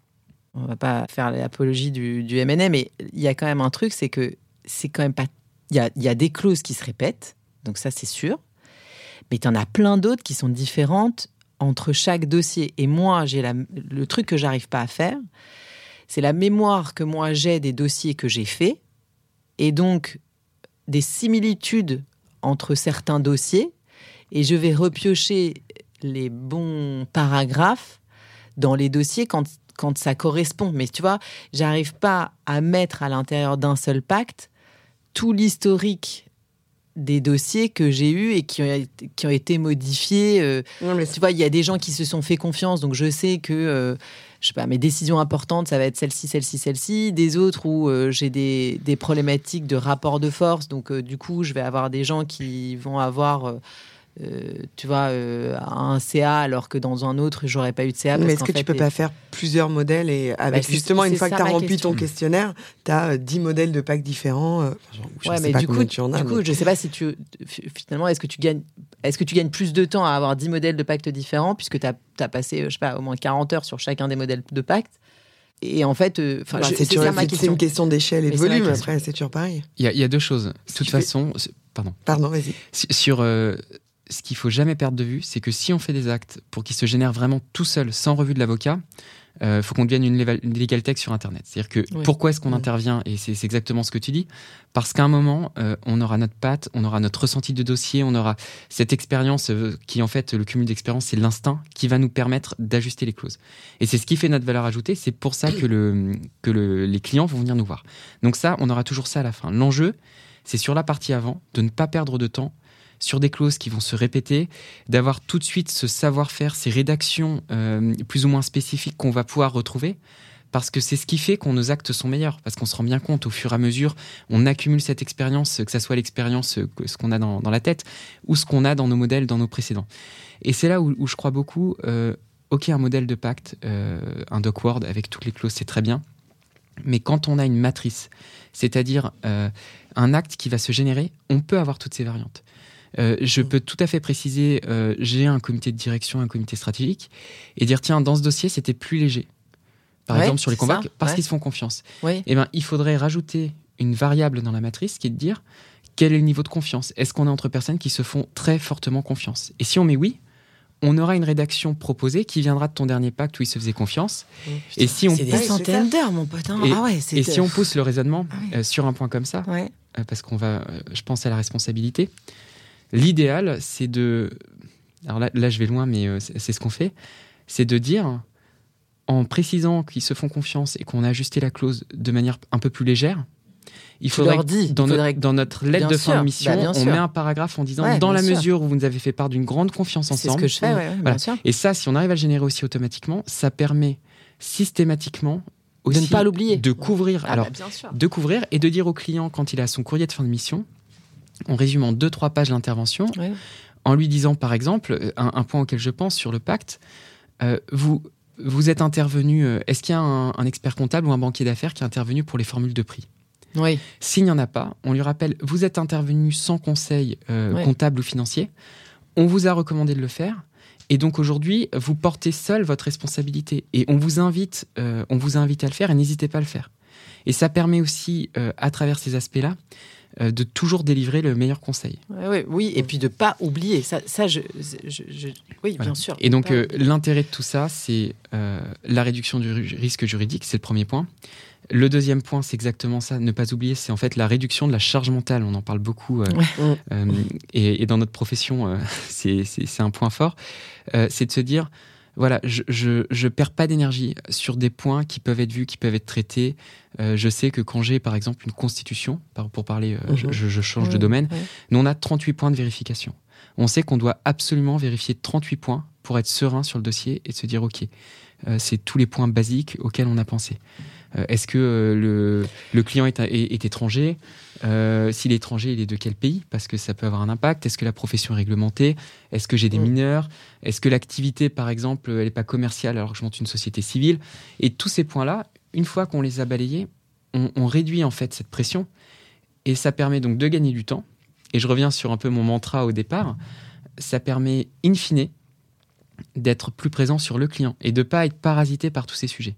on va pas faire l'apologie du, du M and A, mais il y a quand même un truc, c'est que c'est quand même pas... Il y a, il y a des clauses qui se répètent, donc ça, c'est sûr. Mais tu en as plein d'autres qui sont différentes entre chaque dossier. Et moi, j'ai la, le truc que j'arrive pas à faire, c'est la mémoire que moi, j'ai des dossiers que j'ai faits, et donc des similitudes entre certains dossiers, et je vais repiocher les bons paragraphes dans les dossiers quand, quand ça correspond. Mais tu vois, j'arrive pas à mettre à l'intérieur d'un seul pacte tout l'historique des dossiers que j'ai eus et qui ont, qui ont été modifiés. Euh, non, mais tu vois, il y a des gens qui se sont fait confiance, donc je sais que... Euh, je sais pas, mes décisions importantes, ça va être celle-ci, celle-ci, celle-ci. Des autres où euh, j'ai des, des problématiques de rapport de force. Donc, euh, du coup, je vais avoir des gens qui vont avoir, euh, euh, tu vois, euh, un C A alors que dans un autre, j'aurais pas eu de C A. mais parce est-ce qu'en que fait, tu peux les- pas faire plusieurs modèles et avec c'est- justement une c'est fois que ça tu as ma rempli question. ton questionnaire, tu as dix modèles de packs différents. euh, genre, je Ouais, sais mais pas du combien coup, tu en as. du coup, mais- je sais pas si tu finalement est-ce que tu gagnes est-ce que tu gagnes plus de temps à avoir dix modèles de pacte différents puisque tu as passé je sais pas au moins quarante heures sur chacun des modèles de pacte. Et en fait, euh, enfin, Bah, je- c'est c'est toujours- ça ma c'est question. une question d'échelle et de Mais c'est ma volume. question. Après, c'est toujours pareil. Il y a, il y a deux choses. De toute qui fait- façon, c'est- pardon. Pardon, vas-y. Si- Sur euh, ce qu'il faut jamais perdre de vue, c'est que si on fait des actes pour qu'ils se génèrent vraiment tout seul, sans revue de l'avocat, il euh, faut qu'on devienne une, legal, une legal tech sur Internet. C'est-à-dire que Oui. pourquoi est-ce qu'on Mm. intervient ? Et c'est c'est exactement ce que tu dis. Parce qu'à un moment, euh, on aura notre patte, on aura notre ressenti de dossier, on aura cette expérience euh, qui, en fait, le cumul d'expérience, c'est l'instinct qui va nous permettre d'ajuster les clauses. Et c'est ce qui fait notre valeur ajoutée. C'est pour ça que, le, que le, les clients vont venir nous voir. Donc ça, on aura toujours ça à la fin. L'enjeu, c'est sur la partie avant, de ne pas perdre de temps sur des clauses qui vont se répéter, d'avoir tout de suite ce savoir-faire, ces rédactions euh, plus ou moins spécifiques qu'on va pouvoir retrouver, parce que c'est ce qui fait qu'on nos actes sont meilleurs, parce qu'on se rend bien compte au fur et à mesure, on accumule cette expérience, que ça soit l'expérience, euh, ce qu'on a dans, dans la tête, ou ce qu'on a dans nos modèles, dans nos précédents. Et c'est là où, où je crois beaucoup, euh, ok, un modèle de pacte, euh, un DocWord avec toutes les clauses, c'est très bien, mais quand on a une matrice, c'est-à-dire euh, un acte qui va se générer, on peut avoir toutes ces variantes. Euh, je peux tout à fait préciser, euh, j'ai un comité de direction, un comité stratégique, et dire, tiens, dans ce dossier, c'était plus léger. Par Ouais, exemple, sur les c'est convoques, ça, parce ouais. qu'ils se font confiance. Oui. Eh ben, il faudrait rajouter une variable dans la matrice qui est de dire, quel est le niveau de confiance ? Est-ce qu'on est entre personnes qui se font très fortement confiance ? Et si on met oui, on aura une rédaction proposée qui viendra de ton dernier pacte où il se faisait confiance. Oh, et si on c'est pousse, des centaines d'heures, mon pote. Hein. Et, ah ouais, c'est et de... si on pousse le raisonnement ah ouais. euh, sur un point comme ça, ouais. euh, parce qu'on va, euh, je pense à la responsabilité, l'idéal, c'est de... Alors là, là je vais loin, mais euh, c'est, c'est ce qu'on fait. C'est de dire, en précisant qu'ils se font confiance et qu'on a ajusté la clause de manière un peu plus légère, il tu faudrait, leur dis, dans, il faudrait... notre, dans notre lettre bien de fin sûr. de mission, bah, on sûr. met un paragraphe en disant ouais, dans la sûr. mesure où vous nous avez fait part d'une grande confiance ensemble. C'est ce que je fais, ouais, ouais, voilà. bien sûr. Et ça, si on arrive à le générer aussi automatiquement, ça permet systématiquement aussi de ne pas l'oublier. de couvrir. Ah, Alors, bah, bien sûr. de couvrir et de dire au client quand il a son courrier de fin de mission, en résumant deux trois pages l'intervention, Ouais. en lui disant par exemple un, un point auquel je pense sur le pacte, euh, vous vous êtes intervenu. Euh, est-ce qu'il y a un, un expert comptable ou un banquier d'affaires qui est intervenu pour les formules de prix? Oui. S'il n'y en a pas, on lui rappelle, vous êtes intervenu sans conseil euh, Ouais. comptable ou financier, on vous a recommandé de le faire, et donc aujourd'hui, vous portez seul votre responsabilité, et on vous invite, euh, on vous a invité à le faire, et n'hésitez pas à le faire. Et ça permet aussi, euh, à travers ces aspects-là, euh, de toujours délivrer le meilleur conseil. Ouais, ouais, oui, et puis de pas oublier. Ça, ça je, je, je- oui, Voilà. bien sûr. Et donc, Pas euh, oublier. l'intérêt de tout ça, c'est euh, la réduction du ri- risque juridique, c'est le premier point. Le deuxième point, c'est exactement ça, ne pas oublier, c'est en fait la réduction de la charge mentale. On en parle beaucoup, euh, Ouais. euh, et, et dans notre profession, euh, c'est, c'est, c'est un point fort. Euh, c'est de se dire, voilà, je, je, je perds pas d'énergie sur des points qui peuvent être vus, qui peuvent être traités. Euh, je sais que quand j'ai, par exemple, une constitution, par- pour parler, euh, Mhm. je, je change de Ouais, domaine, ouais. nous, on a trente-huit points de vérification. On sait qu'on doit absolument vérifier trente-huit points pour être serein sur le dossier et se dire, OK, euh, c'est tous les points basiques auxquels on a pensé. Euh, est-ce que euh, le, le client est, est, est étranger? Euh, S'il est étranger, il est de quel pays? Parce que ça peut avoir un impact. Est-ce que la profession est réglementée? Est-ce que j'ai des Mm. mineurs? Est-ce que l'activité, par exemple, elle n'est pas commerciale alors que je monte une société civile? Et tous ces points-là, une fois qu'on les a balayés, on, on réduit en fait cette pression. Et ça permet donc de gagner du temps. Et je reviens sur un peu mon mantra au départ. Ça permet, in fine, d'être plus présent sur le client et de ne pas être parasité par tous ces sujets.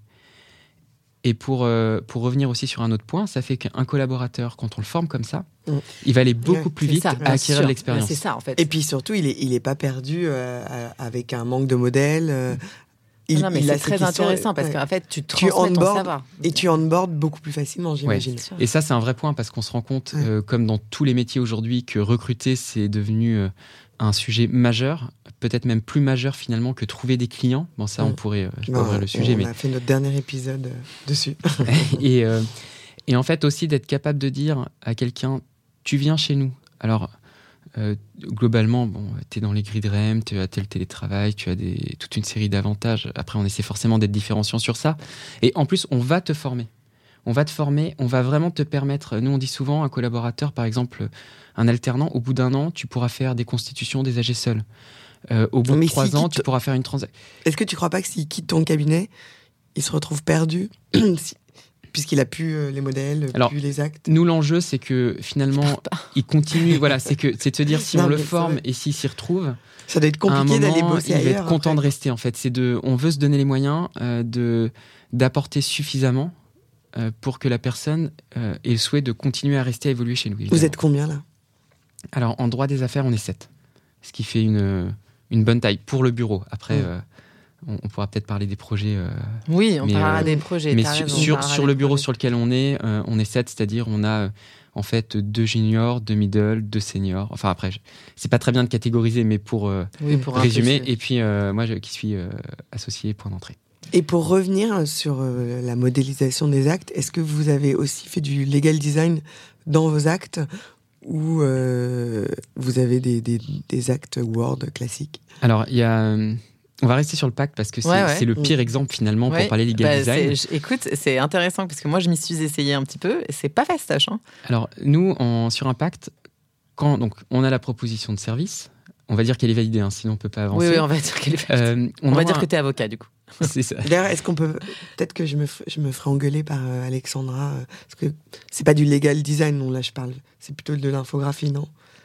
Et pour, euh, pour revenir aussi sur un autre point, ça fait qu'un collaborateur, quand on le forme comme ça, Mm. il va aller beaucoup Ouais, plus C'est vite ça, à bien acquérir sûr. de l'expérience. C'est ça, en fait. Et puis surtout, il est, il est pas perdu euh, avec un manque de modèles. euh, il, non, mais il a c'est ses très questions, intéressant parce ouais. qu'en fait, tu Tu transmets ton onboard savoir. Et tu onboardes beaucoup plus facilement, j'imagine. Bien sûr. Et ça, c'est un vrai point parce qu'on se rend compte, Ouais. euh, comme dans tous les métiers aujourd'hui, que recruter, c'est devenu euh, un sujet majeur, peut-être même plus majeur finalement que trouver des clients. Bon, ça, on Mm. pourrait euh, je peux Non, ouvrir le sujet, on mais a fait notre dernier épisode euh, dessus. et, euh, et en fait aussi d'être capable de dire à quelqu'un, tu viens chez nous. Alors, euh, globalement, bon, tu es dans les grilles de R E M, tu as tel télétravail, tu as des, toute une série d'avantages. Après, on essaie forcément d'être différenciant sur ça. Et en plus, on va te former. On va te former, on va vraiment te permettre... Nous, on dit souvent, un collaborateur, par exemple, un alternant, au bout d'un an, tu pourras faire des constitutions, des A G seuls. Euh, au bout Mais de trois si ans, quitte- tu pourras faire une transaction. Est-ce que tu crois pas que s'il quitte ton cabinet, il se retrouve perdu si- puisqu'il a plus euh, les modèles, Alors, plus les actes? Nous, l'enjeu, c'est que finalement, il continue. Voilà, c'est que c'est de se dire si Non, on le mais c'est forme vrai. et s'il s'y retrouve, Ça doit être à un compliqué d'aller moment, bosser il va ailleurs. être content après. de rester. En fait, c'est de, on veut se donner les moyens euh, de d'apporter suffisamment euh, pour que la personne euh, ait le souhait de continuer à rester, à évoluer chez nous. Vous évidemment. êtes combien là? Alors, en droit des affaires, on est sept, ce qui fait une une bonne taille pour le bureau. Après, Mm. euh, on, on pourra peut-être parler des projets. euh, Oui, on Mais, parlera euh, des projets. Mais t'as sur, raison, on sur, parlera sur des le bureau projets. sur lequel on est, euh, on est sept, c'est-à-dire on a euh, en fait deux juniors, deux middle, deux seniors. Enfin après, je- c'est pas très bien de catégoriser, mais pour euh, Oui, pour un peu résumer. suivre. Et puis euh, moi je- qui suis euh, associé point d'entrée. Et pour revenir sur euh, la modélisation des actes, est-ce que vous avez aussi fait du legal design dans vos actes ou euh, vous avez des, des, des actes Word classiques? Alors il y a, euh, on va rester sur le pacte parce que c'est Ouais, ouais. c'est le pire exemple finalement Ouais, pour parler legal bah, design. c'est- je- écoute, c'est intéressant parce que moi, je m'y suis essayé un petit peu et c'est pas fastoche. Hein. Alors nous en, sur un pacte, quand donc on a la proposition de service, on va dire qu'elle est validée, hein, sinon on peut pas Oui, avancer. oui, on va dire qu'elle est fastoche. Euh, on, va envoie dire un- que t'es avocat, du coup. c'est ça. D'ailleurs, est-ce qu'on peut... Peut-être que je me, f- je me ferai engueuler par euh, Alexandra, euh, parce que c'est pas du legal design dont là je parle, c'est plutôt de l'infographie, non?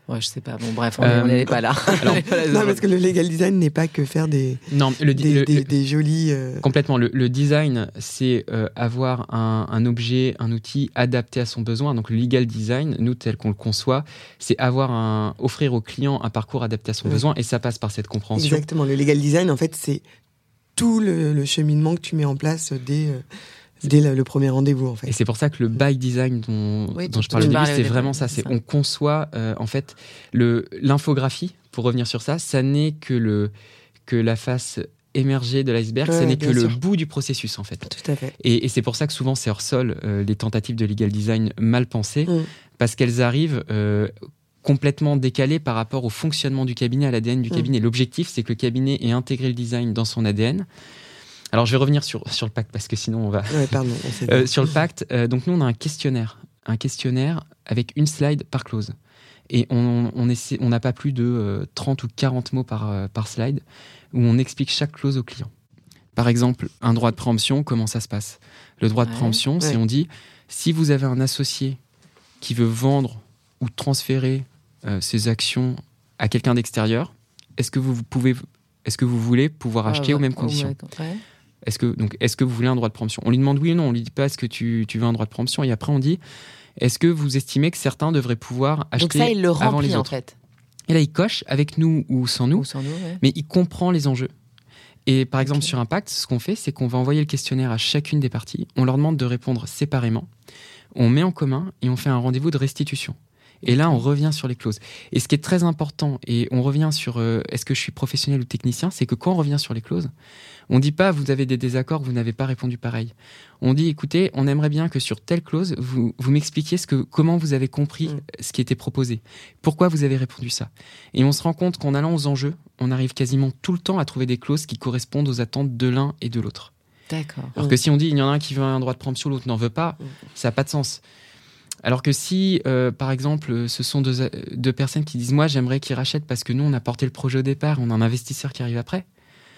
Ouais, je sais pas. Bon, bref, on n'est euh, pas là. Alors, non, parce que le legal design n'est pas que faire des, non, le, des, le, des, le, des jolis... Euh... Complètement. Le, le design, c'est euh, avoir un, un objet, un outil adapté à son besoin. Donc, le legal design, nous, tel qu'on le conçoit, c'est avoir un, offrir au client un parcours adapté à son oui. besoin, et ça passe par cette compréhension. Exactement. Le legal design, en fait, c'est tout le, le cheminement que tu mets en place dès... Euh... Dès le, le premier rendez-vous, en fait. Et c'est pour ça que le by design dont, oui, dont je parlais au début, c'est au vraiment ça. C'est, ça. On conçoit, euh, en fait, le, l'infographie, pour revenir sur ça, ça n'est que, le, que la face émergée de l'iceberg, ouais, ça n'est que sûr. Le bout du processus, en fait. Tout à fait. Et, et c'est pour ça que souvent, c'est hors sol, euh, les tentatives de legal design mal pensées, mm. parce qu'elles arrivent... Euh, complètement décalées par rapport au fonctionnement du cabinet, à l'A D N du mm. cabinet. L'objectif, c'est que le cabinet ait intégré le design dans son A D N. Alors, je vais revenir sur, sur le pacte, parce que sinon, on va... Ouais, pardon. On euh, sur le pacte, euh, donc nous, on a un questionnaire. Un questionnaire avec une slide par clause. Et on on essaie, on n'a pas plus de euh, trente ou quarante mots par, euh, par slide, où on explique chaque clause au client. Par exemple, un droit de préemption, comment ça se passe ? Le droit de ouais, préemption, ouais. c'est on dit, si vous avez un associé qui veut vendre ou transférer euh, ses actions à quelqu'un d'extérieur, est-ce que vous, vous pouvez... Est-ce que vous voulez pouvoir acheter ah, aux mêmes conditions ? Ouais. Est-ce que, donc, est-ce que vous voulez un droit de préemption ? On lui demande oui ou non, on lui dit pas est-ce que tu, tu veux un droit de préemption ? Et après on dit est-ce que vous estimez que certains devraient pouvoir acheter avant les autres ? Donc ça, il le remplit en fait. Et là, il coche avec nous ou sans nous, ou sans nous ouais. mais il comprend les enjeux. Et par exemple, okay. sur un pacte, ce qu'on fait, c'est qu'on va envoyer le questionnaire à chacune des parties, on leur demande de répondre séparément, on met en commun et on fait un rendez-vous de restitution. Et là, on revient sur les clauses. Et ce qui est très important, et on revient sur euh, est-ce que je suis professionnel ou technicien, c'est que quand on revient sur les clauses, on ne dit pas vous avez des désaccords, vous n'avez pas répondu pareil. On dit écoutez, on aimerait bien que sur telle clause, vous, vous m'expliquiez ce que, comment vous avez compris mmh. ce qui était proposé. Pourquoi vous avez répondu ça ? Et on se rend compte qu'en allant aux enjeux, on arrive quasiment tout le temps à trouver des clauses qui correspondent aux attentes de l'un et de l'autre. D'accord. Alors mmh. que si on dit il y en a un qui veut un droit de préemption, l'autre n'en veut pas, mmh. ça n'a pas de sens. Alors que si, euh, par exemple, ce sont deux, deux personnes qui disent « Moi, j'aimerais qu'ils rachètent parce que nous, on a porté le projet au départ, on a un investisseur qui arrive après »,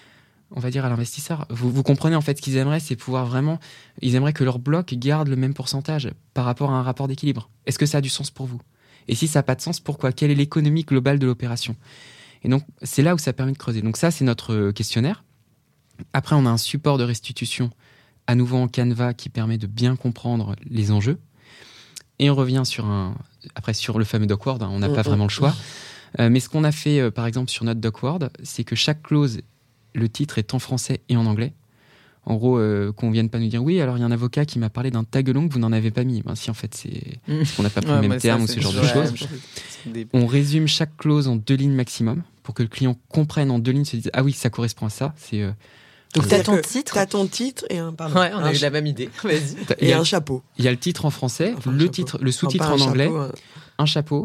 on va dire à l'investisseur, vous, vous comprenez en fait ce qu'ils aimeraient, c'est pouvoir vraiment... Ils aimeraient que leur bloc garde le même pourcentage par rapport à un rapport d'équilibre. Est-ce que ça a du sens pour vous ? Et si ça n'a pas de sens, pourquoi ? Quelle est l'économie globale de l'opération ? Et donc, c'est là où ça permet de creuser. Donc ça, c'est notre questionnaire. Après, on a un support de restitution, à nouveau en Canva, qui permet de bien comprendre les enjeux. Et on revient sur, un, après, sur le fameux DocWord, hein, on n'a mmh, pas vraiment le choix. Euh, mais ce qu'on a fait, euh, par exemple, sur notre DocWord, c'est que chaque clause, le titre est en français et en anglais. En gros, euh, qu'on ne vienne pas nous dire « Oui, alors il y a un avocat qui m'a parlé d'un tag along que vous n'en avez pas mis. Ben, » Si, en fait, c'est mmh. parce qu'on n'a pas pris ouais, le même terme ça, ou ce genre de choses. Des... On résume chaque clause en deux lignes maximum pour que le client comprenne en deux lignes, se dise « Ah oui, ça correspond à ça. » C'est... Euh, Donc, t'as ton titre T'as ton titre et un... Pardon, ouais, on a un eu ch... la même idée. Vas-y. Et, et un chapeau. Il y a le titre en français, enfin, le, titre, le sous-titre non, en anglais, chapeau, hein. un chapeau,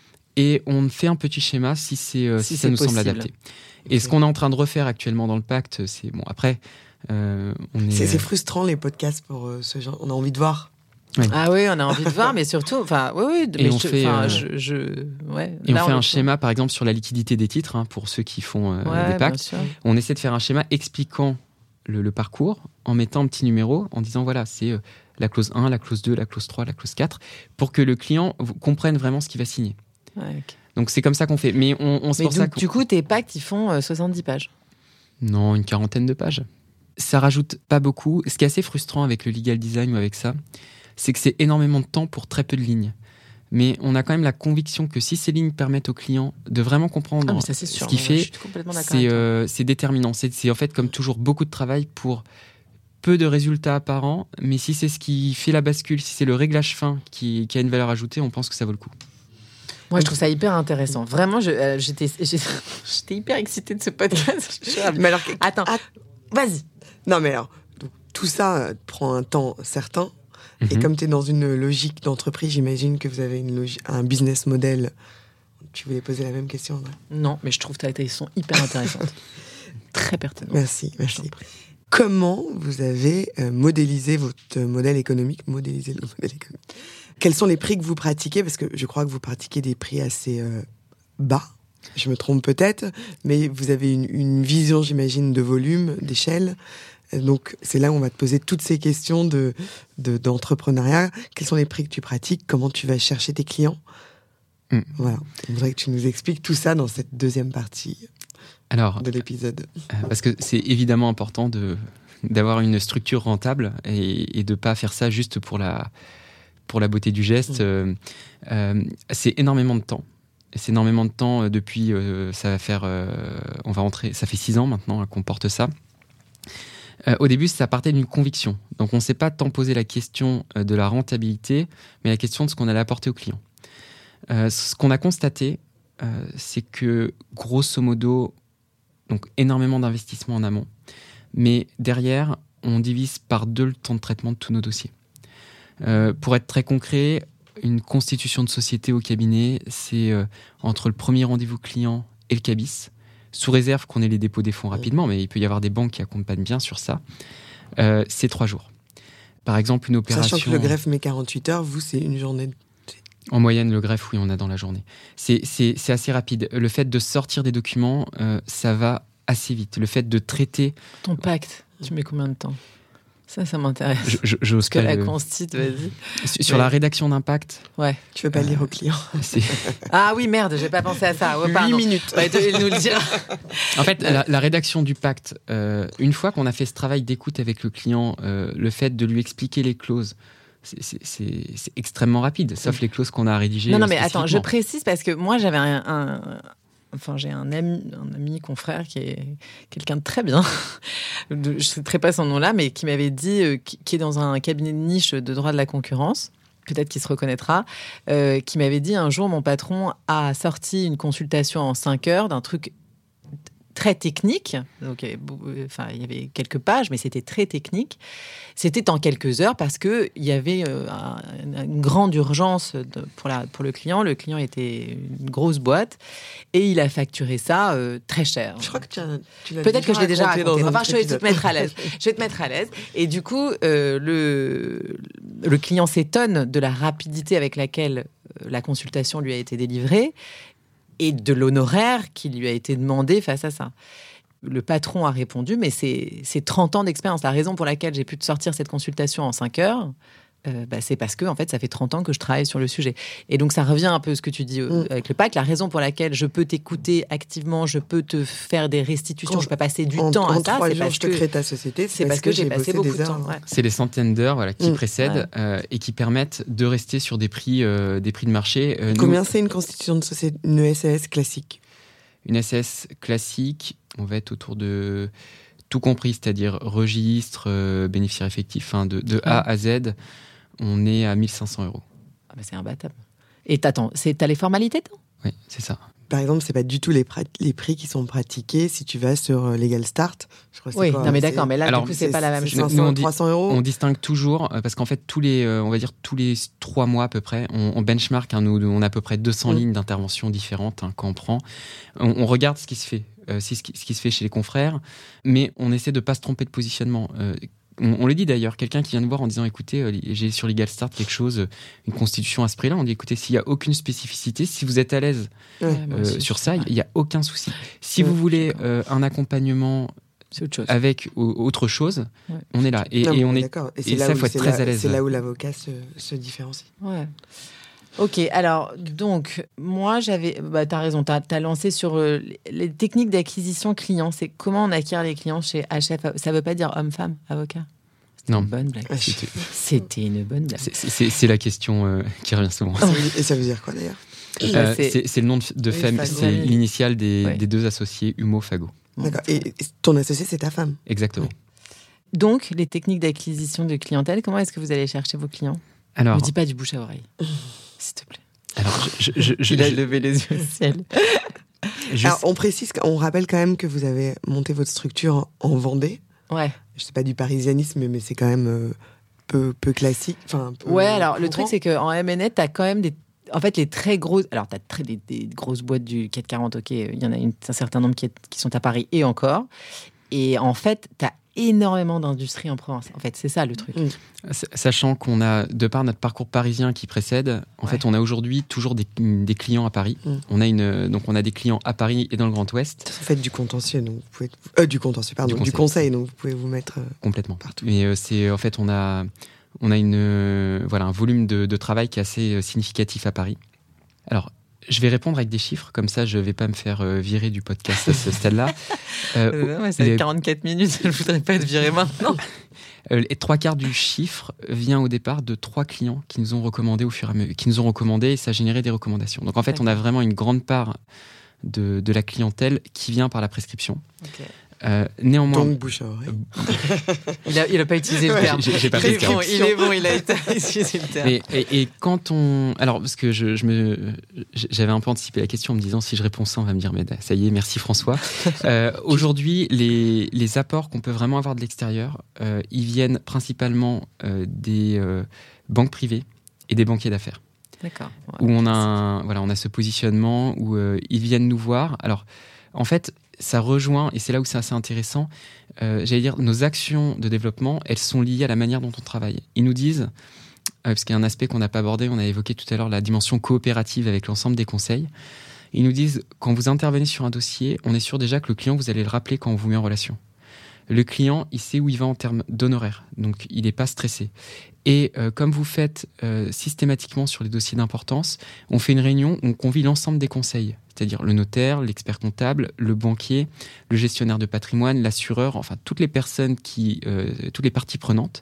et on fait un petit schéma si, c'est, euh, si, si ça nous possible. Semble adapté. Okay. Et ce qu'on est en train de refaire actuellement dans le pacte, c'est... Bon, après, euh, on est... C'est, c'est frustrant, les podcasts, pour euh, ce genre. On a envie de voir. Oui. Ah oui, on a envie de voir, mais surtout, enfin, oui, oui. Et mais on je, fait, euh, je, je, ouais. Et Là, on fait on un schéma, par exemple, sur la liquidité des titres, hein, pour ceux qui font euh, ouais, des pactes. On essaie de faire un schéma expliquant le, le parcours, en mettant un petit numéro, en disant voilà, c'est euh, la clause un, la clause deux, la clause trois, la clause quatre, pour que le client comprenne vraiment ce qu'il va signer. Ouais, okay. Donc c'est comme ça qu'on fait. Mais on, on mais pour donc, ça du coup, tes pactes, ils font euh, soixante-dix pages. Non, une quarantaine de pages. Ça rajoute pas beaucoup. Ce qui est assez frustrant avec le legal design ou avec ça, c'est que c'est énormément de temps pour très peu de lignes. Mais on a quand même la conviction que si ces lignes permettent au client de vraiment comprendre ah, ça, c'est sûr, ce qu'il fait, c'est, euh, c'est déterminant. C'est, c'est en fait comme toujours beaucoup de travail pour peu de résultats apparents, mais si c'est ce qui fait la bascule, si c'est le réglage fin qui, qui a une valeur ajoutée, on pense que ça vaut le coup. Moi, je trouve ça hyper intéressant. Vraiment, je, euh, j'étais, j'étais, j'étais hyper excitée de ce podcast. Mais alors, attends, att- vas-y. Non, mais alors, donc, tout ça euh, prend un temps certain. Mm-hmm. Et comme tu es dans une logique d'entreprise, j'imagine que vous avez une logique, un business model. Tu voulais poser la même question, André ? Non, mais je trouve que tes sont hyper intéressantes. Très pertinentes. Merci, merci. Comment vous avez euh, modélisé votre modèle économique, modélisé le modèle économique ? Quels sont les prix que vous pratiquez ? Parce que je crois que vous pratiquez des prix assez euh, bas. Je me trompe peut-être, mais vous avez une, une vision, j'imagine, de volume, d'échelle. Donc, c'est là où on va te poser toutes ces questions de, de, d'entrepreneuriat. Quels sont les prix que tu pratiques ? Comment tu vas chercher tes clients ? Mm. Voilà. Je voudrais que tu nous expliques tout ça dans cette deuxième partie Alors, de l'épisode. Euh, parce que c'est évidemment important de, d'avoir une structure rentable et, et de ne pas faire ça juste pour la, pour la beauté du geste. Mmh. Euh, euh, c'est énormément de temps. C'est énormément de temps depuis, euh, ça va faire, euh, on va rentrer, ça fait six ans maintenant hein, qu'on porte ça. Euh, au début, ça partait d'une conviction. Donc, on ne s'est pas tant posé la question de la rentabilité, mais la question de ce qu'on allait apporter aux clients. Euh, ce qu'on a constaté, euh, c'est que, grosso modo, donc énormément d'investissements en amont, mais derrière, on divise par deux le temps de traitement de tous nos dossiers. Euh, pour être très concret, une constitution de société au cabinet, c'est euh, entre le premier rendez-vous client et le cabis, sous réserve qu'on ait les dépôts des fonds rapidement, mais il peut y avoir des banques qui accompagnent bien sur ça, euh, c'est trois jours. Par exemple, une opération... Sachant que le greffe met quarante-huit heures, vous, c'est une journée... En moyenne, le greffe, oui, on a dans la journée. C'est, c'est, c'est assez rapide. Le fait de sortir des documents, euh, ça va assez vite. Le fait de traiter... Ton pacte, tu mets combien de temps ? Ça, ça m'intéresse. Je, je, j'ose Parce que la le... constite, vas-y. Sur ouais. la rédaction d'impact... Ouais. Tu veux pas euh, lire au client. C'est... Ah oui, merde, j'ai pas pensé à ça. Oh, Huit minutes. Ouais, il nous le dira. En fait, la, la rédaction du pacte, euh, une fois qu'on a fait ce travail d'écoute avec le client, euh, le fait de lui expliquer les clauses, C'est, c'est, c'est, c'est extrêmement rapide, sauf les clauses qu'on a rédigées. Non, non, mais attends, je précise parce que moi, j'avais un, un, enfin, j'ai un ami, un ami confrère qui est quelqu'un de très bien. Je ne citerai pas son nom là, mais qui m'avait dit, euh, qui, qui est dans un cabinet de niche de droit de la concurrence. Peut-être qu'il se reconnaîtra, euh, qui m'avait dit un jour, mon patron a sorti une consultation en cinq heures d'un truc très technique. Donc, il y avait, enfin, il y avait quelques pages, mais c'était très technique. C'était en quelques heures parce qu'il y avait euh, un, une grande urgence de, pour, la, pour le client. Le client était une grosse boîte et il a facturé ça euh, très cher. Je crois que tu, as, tu l'as Peut-être déjà que je l'ai déjà raconté. Enfin, je vais épisode. te mettre à l'aise. Je vais te mettre à l'aise. Et du coup, euh, le, le client s'étonne de la rapidité avec laquelle la consultation lui a été délivrée et de l'honoraire qui lui a été demandé face à ça. Le patron a répondu, mais c'est, c'est trente ans d'expérience. La raison pour laquelle j'ai pu te sortir cette consultation en cinq heures, euh, bah, c'est parce que en fait, ça fait trente ans que je travaille sur le sujet. Et donc, ça revient un peu à ce que tu dis euh, mm. avec le pacte. La raison pour laquelle je peux t'écouter activement, je peux te faire des restitutions, Quand je peux passer du en, temps en à ça, c'est parce parce je te que crée ta société. C'est, c'est parce, parce que, que j'ai passé beaucoup de temps. Ouais. C'est les centaines d'heures voilà, qui mm. précèdent ouais. euh, et qui permettent de rester sur des prix, euh, des prix de marché. Euh, Combien nous, c'est une constitution de société, une S A S classique ? Une S A S classique, on va être autour de tout compris, c'est-à-dire registre, euh, bénéficiaire effectif, hein, de, de A à Z, on est à mille cinq cents euros. Ah bah c'est imbattable. Et t'attends, c'est, t'as les formalités, toi ? Oui, c'est ça. Par exemple, c'est pas du tout les, pra- les prix qui sont pratiqués si tu vas sur Legal Start. Je crois que oui, c'est quoi, non mais c'est... d'accord, mais là Alors, du coup c'est, c'est pas la même chose. cinq cents, trois cents euros. On distingue toujours euh, parce qu'en fait tous les, euh, on va dire tous les trois mois à peu près, on, on benchmark. Hein, nous, on a à peu près deux cents mmh. lignes d'intervention différentes hein, quand on prend. On, on regarde ce qui se fait, euh, ce, qui, ce qui se fait chez les confrères, mais on essaie de pas se tromper de positionnement. Euh, On, on le dit d'ailleurs, quelqu'un qui vient nous voir en disant écoutez, euh, j'ai sur Legal Start quelque chose, euh, une constitution à ce prix-là. On dit écoutez, s'il n'y a aucune spécificité, si vous êtes à l'aise ouais, euh, aussi, sur ça, il n'y a aucun souci. Si ouais, vous voulez euh, un accompagnement c'est autre chose. avec o- autre chose, ouais. on est là. Et, non, et on est, d'accord. Et, c'est et là ça, il faut être très là, à l'aise. C'est là où l'avocat se, se différencie. Ouais. Ok, alors, donc, moi, j'avais... Bah, t'as raison, t'as, t'as lancé sur euh, les techniques d'acquisition client. C'est comment on acquiert les clients chez H F. Ça ne veut pas dire homme-femme, avocat. C'était non. une bonne blague. C'était, C'était une bonne blague. C'est, c'est, c'est la question euh, qui revient souvent. Et ça veut dire quoi, d'ailleurs euh, c'est... C'est, c'est le nom de, de oui, famille, Fago. c'est l'initiale des, ouais. des deux associés Humo Fago. D'accord. Et ton associé, c'est ta femme. Exactement. Oui. Donc, les techniques d'acquisition de clientèle, comment est-ce que vous allez chercher vos clients ? Alors, ne dis pas du bouche à oreille, s'il te plaît. Alors, je, je, je, Il a je, levé les yeux au ciel. je, Alors, on précise, on rappelle quand même que vous avez monté votre structure en Vendée. Ouais. Je sais pas du parisianisme, mais c'est quand même euh, peu, peu classique. Enfin, peu ouais, alors courant. le truc, c'est qu'en M and A, t'as quand même des. En fait, les très grosses. Alors, t'as très, des, des grosses boîtes du C A C quarante, ok, il y en a une, un certain nombre qui, est, qui sont à Paris et encore. Et en fait, t'as énormément d'industries en Provence. En fait, c'est ça le truc. Mmh. Sachant qu'on a, de par notre parcours parisien qui précède, en ouais. fait, on a aujourd'hui toujours des, des clients à Paris. Mmh. On a une, donc, on a des clients à Paris et dans le Grand Ouest. Vous faites du contentieux, donc vous pouvez, euh, du contentieux, pardon, du conseil, du conseil donc vous pouvez vous mettre euh, complètement partout. Mais euh, c'est, en fait, on a, on a une, euh, voilà, un volume de, de travail qui est assez significatif à Paris. Alors, je vais répondre avec des chiffres, comme ça je ne vais pas me faire euh, virer du podcast à ce stade-là. Euh, euh, non, ça fait les... quarante-quatre minutes, je ne voudrais pas être viré maintenant. euh, les trois quarts du chiffre vient au départ de trois clients qui nous ont recommandé au fur et à mesure, qui nous ont recommandé et ça a généré des recommandations. Donc en fait, D'accord. on a vraiment une grande part de, de la clientèle qui vient par la prescription. Okay. Euh, néanmoins, donc bouche à oreille. il a, il a pas utilisé le terme. J'ai, j'ai pas il, est bon, il est bon, il a utilisé le terme. Et, et, et quand on, alors parce que je, je me, j'avais un peu anticipé la question en me disant si je réponds ça, on va me dire mais ça y est, merci François. euh, aujourd'hui, les, les apports qu'on peut vraiment avoir de l'extérieur, euh, ils viennent principalement euh, des euh, banques privées et des banquiers d'affaires. D'accord. Ouais, où on a, un, voilà, on a ce positionnement où euh, ils viennent nous voir. Alors, en fait. Ça rejoint, et c'est là où c'est assez intéressant, euh, j'allais dire, nos actions de développement, elles sont liées à la manière dont on travaille. Ils nous disent, euh, parce qu'il y a un aspect qu'on n'a pas abordé, on a évoqué tout à l'heure la dimension coopérative avec l'ensemble des conseils, ils nous disent, quand vous intervenez sur un dossier, on est sûr déjà que le client, vous allez le rappeler quand on vous met en relation. Le client, il sait où il va en termes d'honoraires, donc il n'est pas stressé. Et euh, comme vous faites euh, systématiquement sur les dossiers d'importance, on fait une réunion où on convie l'ensemble des conseils, c'est-à-dire le notaire, l'expert comptable, le banquier, le gestionnaire de patrimoine, l'assureur, enfin toutes les personnes qui, euh, toutes les parties prenantes.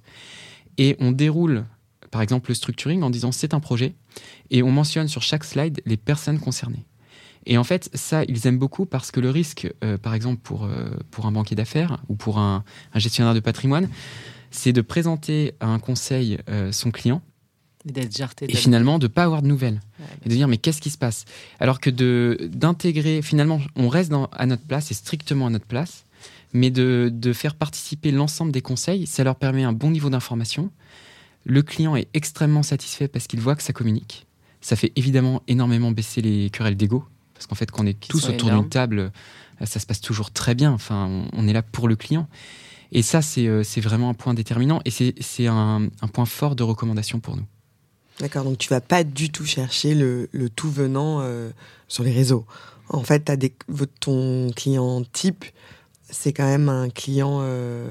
Et on déroule, par exemple, le structuring en disant c'est un projet, et on mentionne sur chaque slide les personnes concernées. Et en fait, ça, ils aiment beaucoup parce que le risque, euh, par exemple, pour, euh, pour un banquier d'affaires ou pour un, un gestionnaire de patrimoine, c'est de présenter à un conseil euh, son client d'être jarté et finalement de ne pas avoir de nouvelles. Ouais, et de dire, mais qu'est-ce qui se passe ? Alors que de, d'intégrer, finalement, on reste dans, à notre place et strictement à notre place, mais de, de faire participer l'ensemble des conseils, ça leur permet un bon niveau d'information. Le client est extrêmement satisfait parce qu'il voit que ça communique. Ça fait évidemment énormément baisser les querelles d'ego. Parce qu'en fait, quand on est tous autour énormes. d'une table, ça se passe toujours très bien. Enfin, on, on est là pour le client. Et ça, c'est, c'est vraiment un point déterminant. Et c'est, c'est un, un point fort de recommandation pour nous. D'accord, donc tu vas pas du tout chercher le, le tout venant euh, sur les réseaux. En fait, t'as des, ton client type, c'est quand même un client... Euh,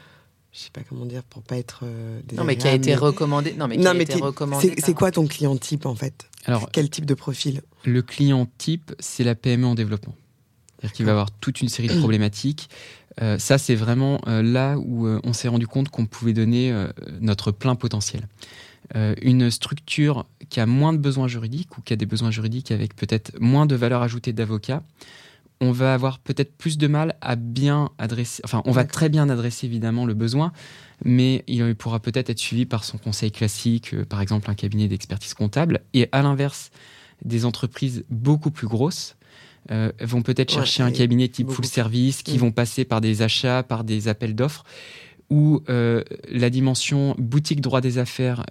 je sais pas comment dire pour pas être euh, non mais qui a été mais... recommandé non mais qui non, a mais été recommandé c'est, par... c'est quoi ton client type en fait? Alors quel type de profil? Le client type, c'est la P M E en développement, c'est-à-dire qu'il va avoir toute une série de problématiques. Euh, ça c'est vraiment euh, là où euh, on s'est rendu compte qu'on pouvait donner euh, notre plein potentiel. Euh, une structure qui a moins de besoins juridiques ou qui a des besoins juridiques avec peut-être moins de valeur ajoutée d'avocat, on va avoir peut-être plus de mal à bien adresser... Enfin, on va D'accord. très bien adresser, évidemment, le besoin, mais il pourra peut-être être suivi par son conseil classique, euh, par exemple un cabinet d'expertise comptable. Et à l'inverse, des entreprises beaucoup plus grosses euh, vont peut-être ouais, chercher un cabinet type full service, qui mmh. vont passer par des achats, par des appels d'offres, où euh, la dimension boutique droit des affaires...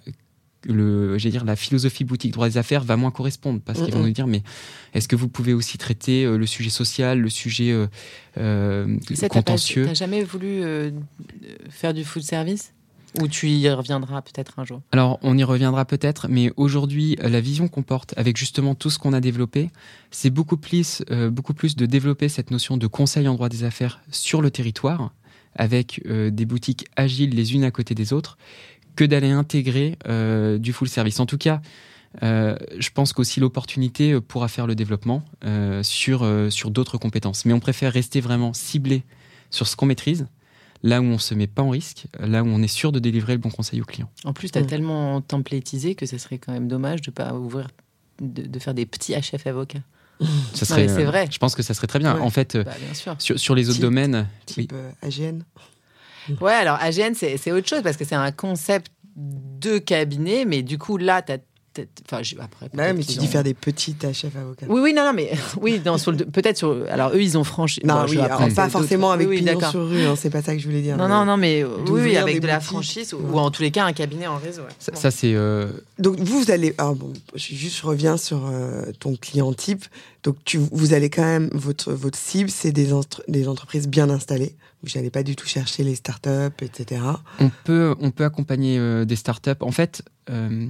Le, j'ai dire, la philosophie boutique droit des affaires va moins correspondre parce mmh, qu'ils vont mmh. nous dire mais est-ce que vous pouvez aussi traiter euh, le sujet social, le sujet euh, euh, ça, contentieux. T'as, pas, t'as jamais voulu euh, faire du full service ou tu y reviendras peut-être un jour? Alors on y reviendra peut-être, mais aujourd'hui la vision qu'on porte avec justement tout ce qu'on a développé, c'est beaucoup plus, euh, beaucoup plus de développer cette notion de conseil en droit des affaires sur le territoire avec euh, des boutiques agiles les unes à côté des autres, que d'aller intégrer euh, du full service. En tout cas, euh, je pense qu'aussi l'opportunité pourra faire le développement euh, sur, euh, sur d'autres compétences. Mais on préfère rester vraiment ciblé sur ce qu'on maîtrise, là où on ne se met pas en risque, là où on est sûr de délivrer le bon conseil au client. En plus, tu as mmh. tellement templatisé que ce serait quand même dommage de pas ouvrir, de, de faire des petits H F avocats. Ça serait, non, c'est vrai. Je pense que ça serait très bien. Ouais. En fait, bah, bien sûr. Sur, sur les autres type, domaines... Type oui. euh, A G N. Ouais, alors A G N, c'est, c'est autre chose parce que c'est un concept de cabinet, mais du coup, là, t'as. Enfin, après. Bah, mais tu dis ont... faire des petits H F avocats. Oui, oui, non, non, mais oui, dans, sur le, peut-être sur. Alors, eux, ils ont franchi. Non, bon, oui, alors, pas forcément avec oui, oui, pignon d'accord. sur rue, hein, c'est pas ça que je voulais dire. Non, non, non, mais oui, oui, avec de la boutiques. franchise, ou, ou en tous les cas, un cabinet en réseau. Ouais. Ça, bon. ça, c'est. Euh... Donc, vous, vous allez. Alors, bon, je, juste, je reviens sur euh, ton client type. Donc, tu, vous allez quand même. Votre, votre cible, c'est des, entre, des entreprises bien installées. Vous n'allez pas du tout chercher les startups, et cetera. On peut, on peut accompagner euh, des startups. En fait. Euh...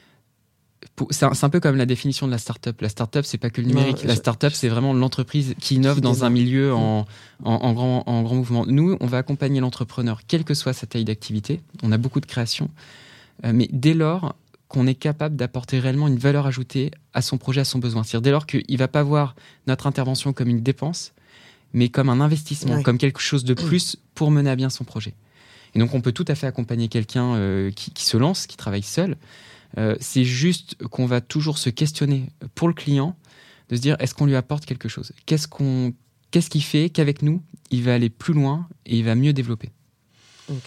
C'est un, c'est un peu comme la définition de la start-up. La start-up, c'est pas que le numérique. Non, la start-up, c'est vraiment l'entreprise qui innove dans un milieu en, en, en, grand, en grand mouvement. Nous, on va accompagner l'entrepreneur, quelle que soit sa taille d'activité. On a beaucoup de créations. Euh, mais dès lors qu'on est capable d'apporter réellement une valeur ajoutée à son projet, à son besoin. C'est-à-dire dès lors qu'il ne va pas voir notre intervention comme une dépense, mais comme un investissement, ouais. comme quelque chose de plus pour mener à bien son projet. Et donc, on peut tout à fait accompagner quelqu'un euh, qui, qui se lance, qui travaille seul. Euh, c'est juste qu'on va toujours se questionner pour le client, de se dire, est-ce qu'on lui apporte quelque chose ? Qu'est-ce qu'on, qu'est-ce qui fait qu'avec nous, il va aller plus loin et il va mieux développer ? Okay.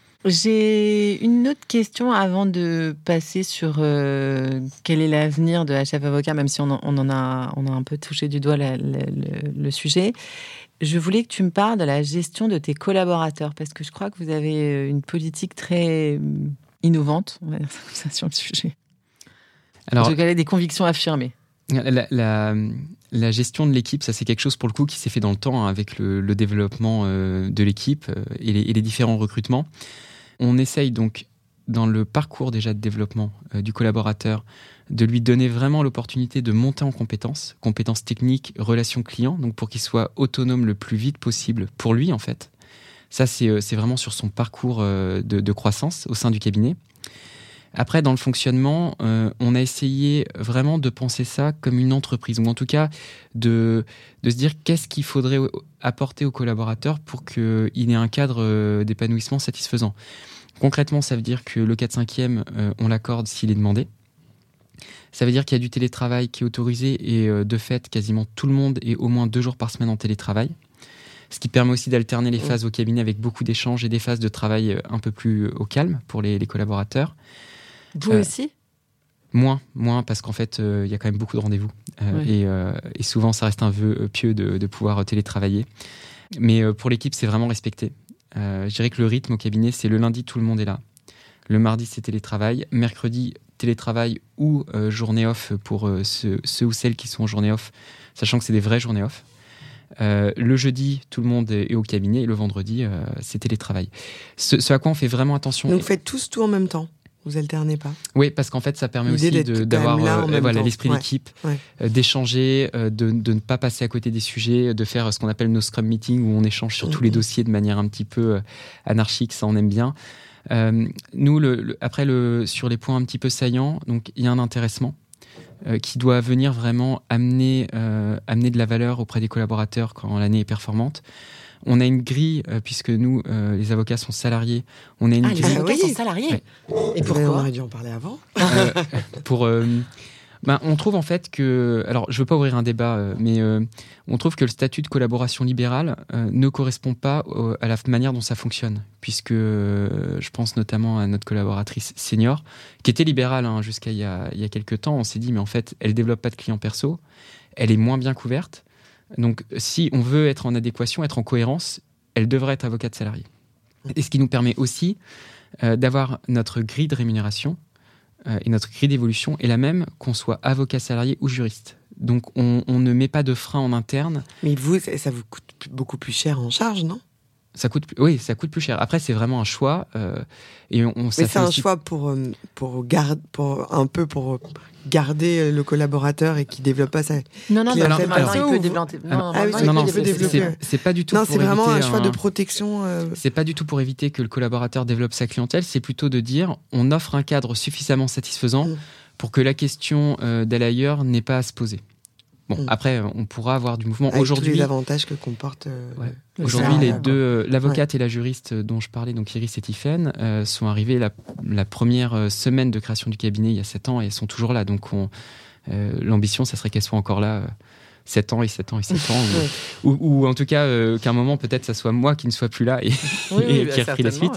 J'ai une autre question avant de passer sur euh, quel est l'avenir de H F Avocat, même si on en, on en a, on a un peu touché du doigt la, la, le, le sujet. Je voulais que tu me parles de la gestion de tes collaborateurs, parce que je crois que vous avez une politique très innovante, on va dire ça sur le sujet. Alors, en tout cas, des convictions affirmées. La, la, la gestion de l'équipe, ça c'est quelque chose pour le coup qui s'est fait dans le temps hein, avec le, le développement euh, de l'équipe euh, et, les, et les différents recrutements. On essaye donc, dans le parcours déjà de développement euh, du collaborateur, de lui donner vraiment l'opportunité de monter en compétences, compétences techniques, relations clients, donc pour qu'il soit autonome le plus vite possible pour lui en fait. Ça c'est, euh, c'est vraiment sur son parcours euh, de, de croissance au sein du cabinet. Après, dans le fonctionnement, euh, on a essayé vraiment de penser ça comme une entreprise, ou en tout cas de, de se dire qu'est-ce qu'il faudrait apporter aux collaborateurs pour qu'il ait un cadre d'épanouissement satisfaisant. Concrètement, ça veut dire que le quatre cinquième, euh, on l'accorde s'il est demandé. Ça veut dire qu'il y a du télétravail qui est autorisé et euh, de fait, quasiment tout le monde est au moins deux jours par semaine en télétravail. Ce qui permet aussi d'alterner les phases au cabinet avec beaucoup d'échanges et des phases de travail un peu plus au calme pour les, les collaborateurs. Vous euh, aussi ? Moins, moins parce qu'en fait, il euh, y a quand même beaucoup de rendez-vous. Euh, ouais. et, euh, et souvent, ça reste un vœu pieux de, de pouvoir télétravailler. Mais euh, pour l'équipe, c'est vraiment respecté. Euh, je dirais que le rythme au cabinet, c'est le lundi, tout le monde est là. Le mardi, c'est télétravail. Mercredi, télétravail ou euh, journée off pour euh, ceux, ceux ou celles qui sont en journée off, sachant que c'est des vraies journées off. Euh, le jeudi, tout le monde est au cabinet. Et le vendredi, euh, c'est télétravail. Ce, ce à quoi on fait vraiment attention. Donc, vous faites tous tout en même temps ? Vous alternez pas ? Oui, parce qu'en fait, ça permet L'idée aussi de, d'avoir euh, voilà, l'esprit ouais. d'équipe, ouais. euh, d'échanger, euh, de, de ne pas passer à côté des sujets, de faire ce qu'on appelle nos scrum meetings où on échange sur mmh. tous les dossiers de manière un petit peu euh, anarchique, ça on aime bien. Euh, nous, le, le, après, le, sur les points un petit peu saillants, donc il y a un intéressement euh, qui doit venir vraiment amener, euh, amener de la valeur auprès des collaborateurs quand l'année est performante. On a une grille, euh, puisque nous, euh, les avocats sont salariés. On a une ah, grille. les avocats oui. sont salariés ouais. Et pourquoi ? On aurait dû en parler avant. euh, pour, euh, ben, on trouve en fait que... Alors, je ne veux pas ouvrir un débat, euh, mais euh, on trouve que le statut de collaboration libérale euh, ne correspond pas euh, à la manière dont ça fonctionne. Puisque euh, je pense notamment à notre collaboratrice senior, qui était libérale hein, jusqu'à il y a, il y a quelques temps. On s'est dit, mais en fait, elle ne développe pas de clients perso. Elle est moins bien couverte. Donc, si on veut être en adéquation, être en cohérence, elle devrait être avocate salariée. Et ce qui nous permet aussi euh, d'avoir notre grille de rémunération euh, et notre grille d'évolution est la même qu'on soit avocat salarié ou juriste. Donc, on, on ne met pas de frein en interne. Mais vous, ça vous coûte beaucoup plus cher en charge, non ? Ça coûte, oui, ça coûte plus cher. Après, c'est vraiment un choix. Euh, et on, on, ça Mais c'est un aussi... choix pour, pour, garde, pour un peu pour garder le collaborateur et qui développe pas sa. Non, non, alors, alors, alors, il peut développer. Non, ah oui, non, non, c'est, c'est, c'est pas du tout. Non, pour c'est vraiment un choix un... de protection. Euh... C'est pas du tout pour éviter que le collaborateur développe sa clientèle. C'est plutôt de dire, on offre un cadre suffisamment satisfaisant mmh. pour que la question euh, d'aller ailleurs n'ait pas à se poser. Bon, mmh. après, on pourra avoir du mouvement. Avec Aujourd'hui, tous les avantages que comporte. Euh, ouais. Aujourd'hui, les deux, euh, l'avocate ouais. et la juriste dont je parlais, donc Iris et Tiffaine, euh, sont arrivées la, la première semaine de création du cabinet il y a sept ans et elles sont toujours là. Donc, on, euh, l'ambition, ça serait qu'elles soient encore là. Euh, sept ans et sept ans et sept ans. ouais. ou, ou, ou en tout cas, euh, qu'à un moment, peut-être, ça soit moi qui ne sois plus là et, oui, et oui, qui ai repris la suite.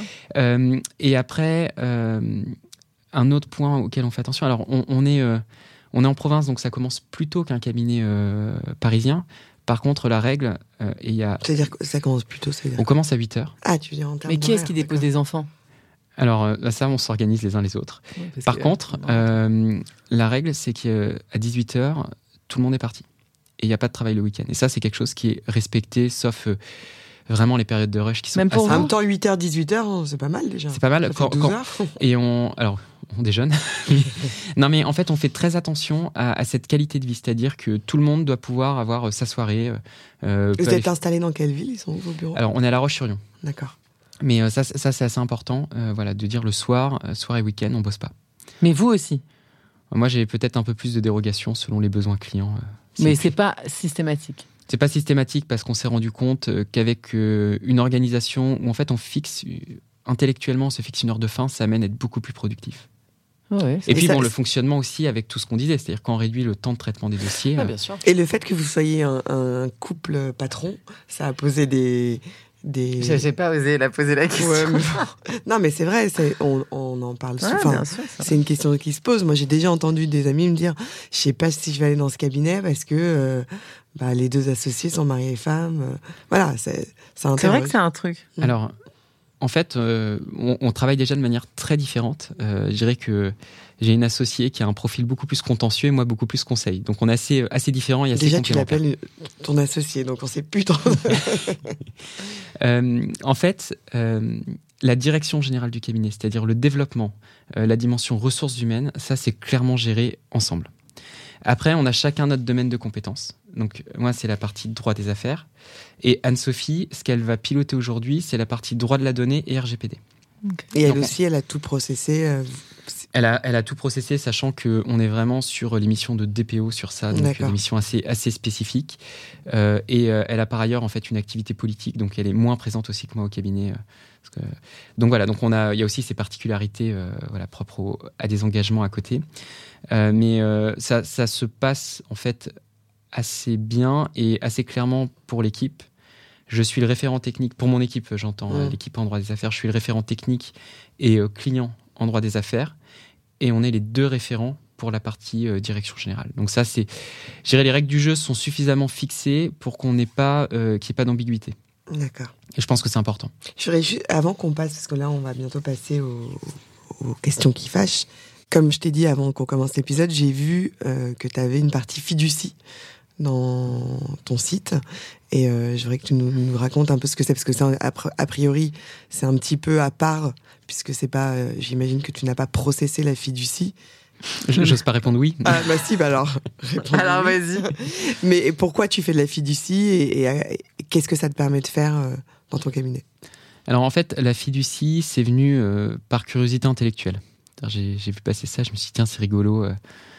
Euh, et après, euh, un autre point auquel on fait attention. Alors, on, on est... Euh, On est en province, donc ça commence plus tôt qu'un cabinet euh, parisien. Par contre, la règle, euh, et il y a... C'est-à-dire que ça commence plus tôt, c'est-à-dire... On commence à huit heures. Ah, tu veux dire en termes Mais qui est-ce qui dépose des enfants ? Alors, euh, ça, on s'organise les uns les autres. Ouais, Par que, contre, euh, la règle, c'est qu'à dix-huit heures, tout le monde est parti. Et il n'y a pas de travail le week-end. Et ça, c'est quelque chose qui est respecté, sauf... Euh, vraiment les périodes de rush qui sont même pour assez... En même temps, huit heures, dix-huit heures, c'est pas mal déjà. C'est pas mal. Ça quand, fait douze heures. Quand... Et on... Alors, on déjeune. Non, mais en fait, on fait très attention à, à cette qualité de vie. C'est-à-dire que tout le monde doit pouvoir avoir sa soirée. Euh, Vous êtes aller... installés dans quelle ville ? Ils sont où vos bureaux ? Alors, on est à La Roche-sur-Yon. D'accord. Mais euh, ça, ça, c'est assez important, euh, voilà, de dire le soir, euh, soir et week-end, on bosse pas. Mais vous aussi. Moi, j'ai peut-être un peu plus de dérogation selon les besoins clients. C'est Mais c'est pas systématique. C'est pas systématique parce qu'on s'est rendu compte qu'avec une organisation où en fait on fixe intellectuellement, on se fixe une heure de fin, ça amène à être beaucoup plus productif. Ouais, et puis ça, bon, le fonctionnement aussi avec tout ce qu'on disait, c'est-à-dire quand on réduit le temps de traitement des dossiers. Ah, bien sûr. Et le fait que vous soyez un, un couple patron, ça a posé des... Des... J'ai pas osé la poser la question. Ouais, mais... Non, mais c'est vrai, c'est... On, on en parle ouais, souvent. Bien sûr, c'est une question qui se pose. Moi, j'ai déjà entendu des amis me dire, je sais pas si je vais aller dans ce cabinet parce que euh, bah, les deux associés sont mariés et femmes. Voilà, c'est, ça interroge. C'est vrai que c'est un truc. Alors, en fait, euh, on, on travaille déjà de manière très différente. Euh, je dirais que j'ai une associée qui a un profil beaucoup plus contentieux et moi beaucoup plus conseil. Donc on est assez, assez différents et assez déjà, tu complémentaires. l'appelles ton associé, donc on sait plus ton... euh, en fait, euh, la direction générale du cabinet, c'est-à-dire le développement, euh, la dimension ressources humaines, ça c'est clairement géré ensemble. Après, on a chacun notre domaine de compétences. Donc moi, c'est la partie droit des affaires. Et Anne-Sophie, ce qu'elle va piloter aujourd'hui, c'est la partie droit de la donnée et R G P D. Okay. Et elle Donc, aussi, elle a tout processé euh... Elle a, elle a tout processé, sachant qu'on est vraiment sur l'émission de D P O sur ça, donc une émission assez, assez spécifique. Euh, et euh, elle a par ailleurs en fait une activité politique, donc elle est moins présente aussi que moi au cabinet. Euh, parce que... Donc voilà, donc on a, il y a aussi ces particularités euh, voilà, propres au, à des engagements à côté. Euh, mais euh, ça, ça se passe en fait assez bien et assez clairement pour l'équipe. Je suis le référent technique, pour mon équipe, j'entends mmh. l'équipe en droit des affaires, je suis le référent technique et euh, client en droit des affaires. Et on est les deux référents pour la partie euh, direction générale. Donc ça, c'est, je dirais, les règles du jeu sont suffisamment fixées pour qu'on n'ait pas, euh, qu'il n'y ait pas d'ambiguïté. D'accord. Et je pense que c'est important. Je voudrais juste, avant qu'on passe, parce que là, on va bientôt passer aux, aux questions qui fâchent. Comme je t'ai dit avant qu'on commence l'épisode, j'ai vu euh, que tu avais une partie fiducie dans ton site. Et euh, je voudrais que tu nous, nous racontes un peu ce que c'est, parce que c'est, a, a priori, c'est un petit peu à part, puisque c'est pas, euh, j'imagine que tu n'as pas processé la fiducie. J'ose pas répondre oui. Ah bah si, bah alors, réponds. Alors vas-y. Mais pourquoi tu fais de la fiducie et, et, et qu'est-ce que ça te permet de faire euh, dans ton cabinet? Alors en fait, la fiducie, c'est venu euh, par curiosité intellectuelle. J'ai, j'ai vu passer ça, je me suis dit, tiens, c'est rigolo. Euh,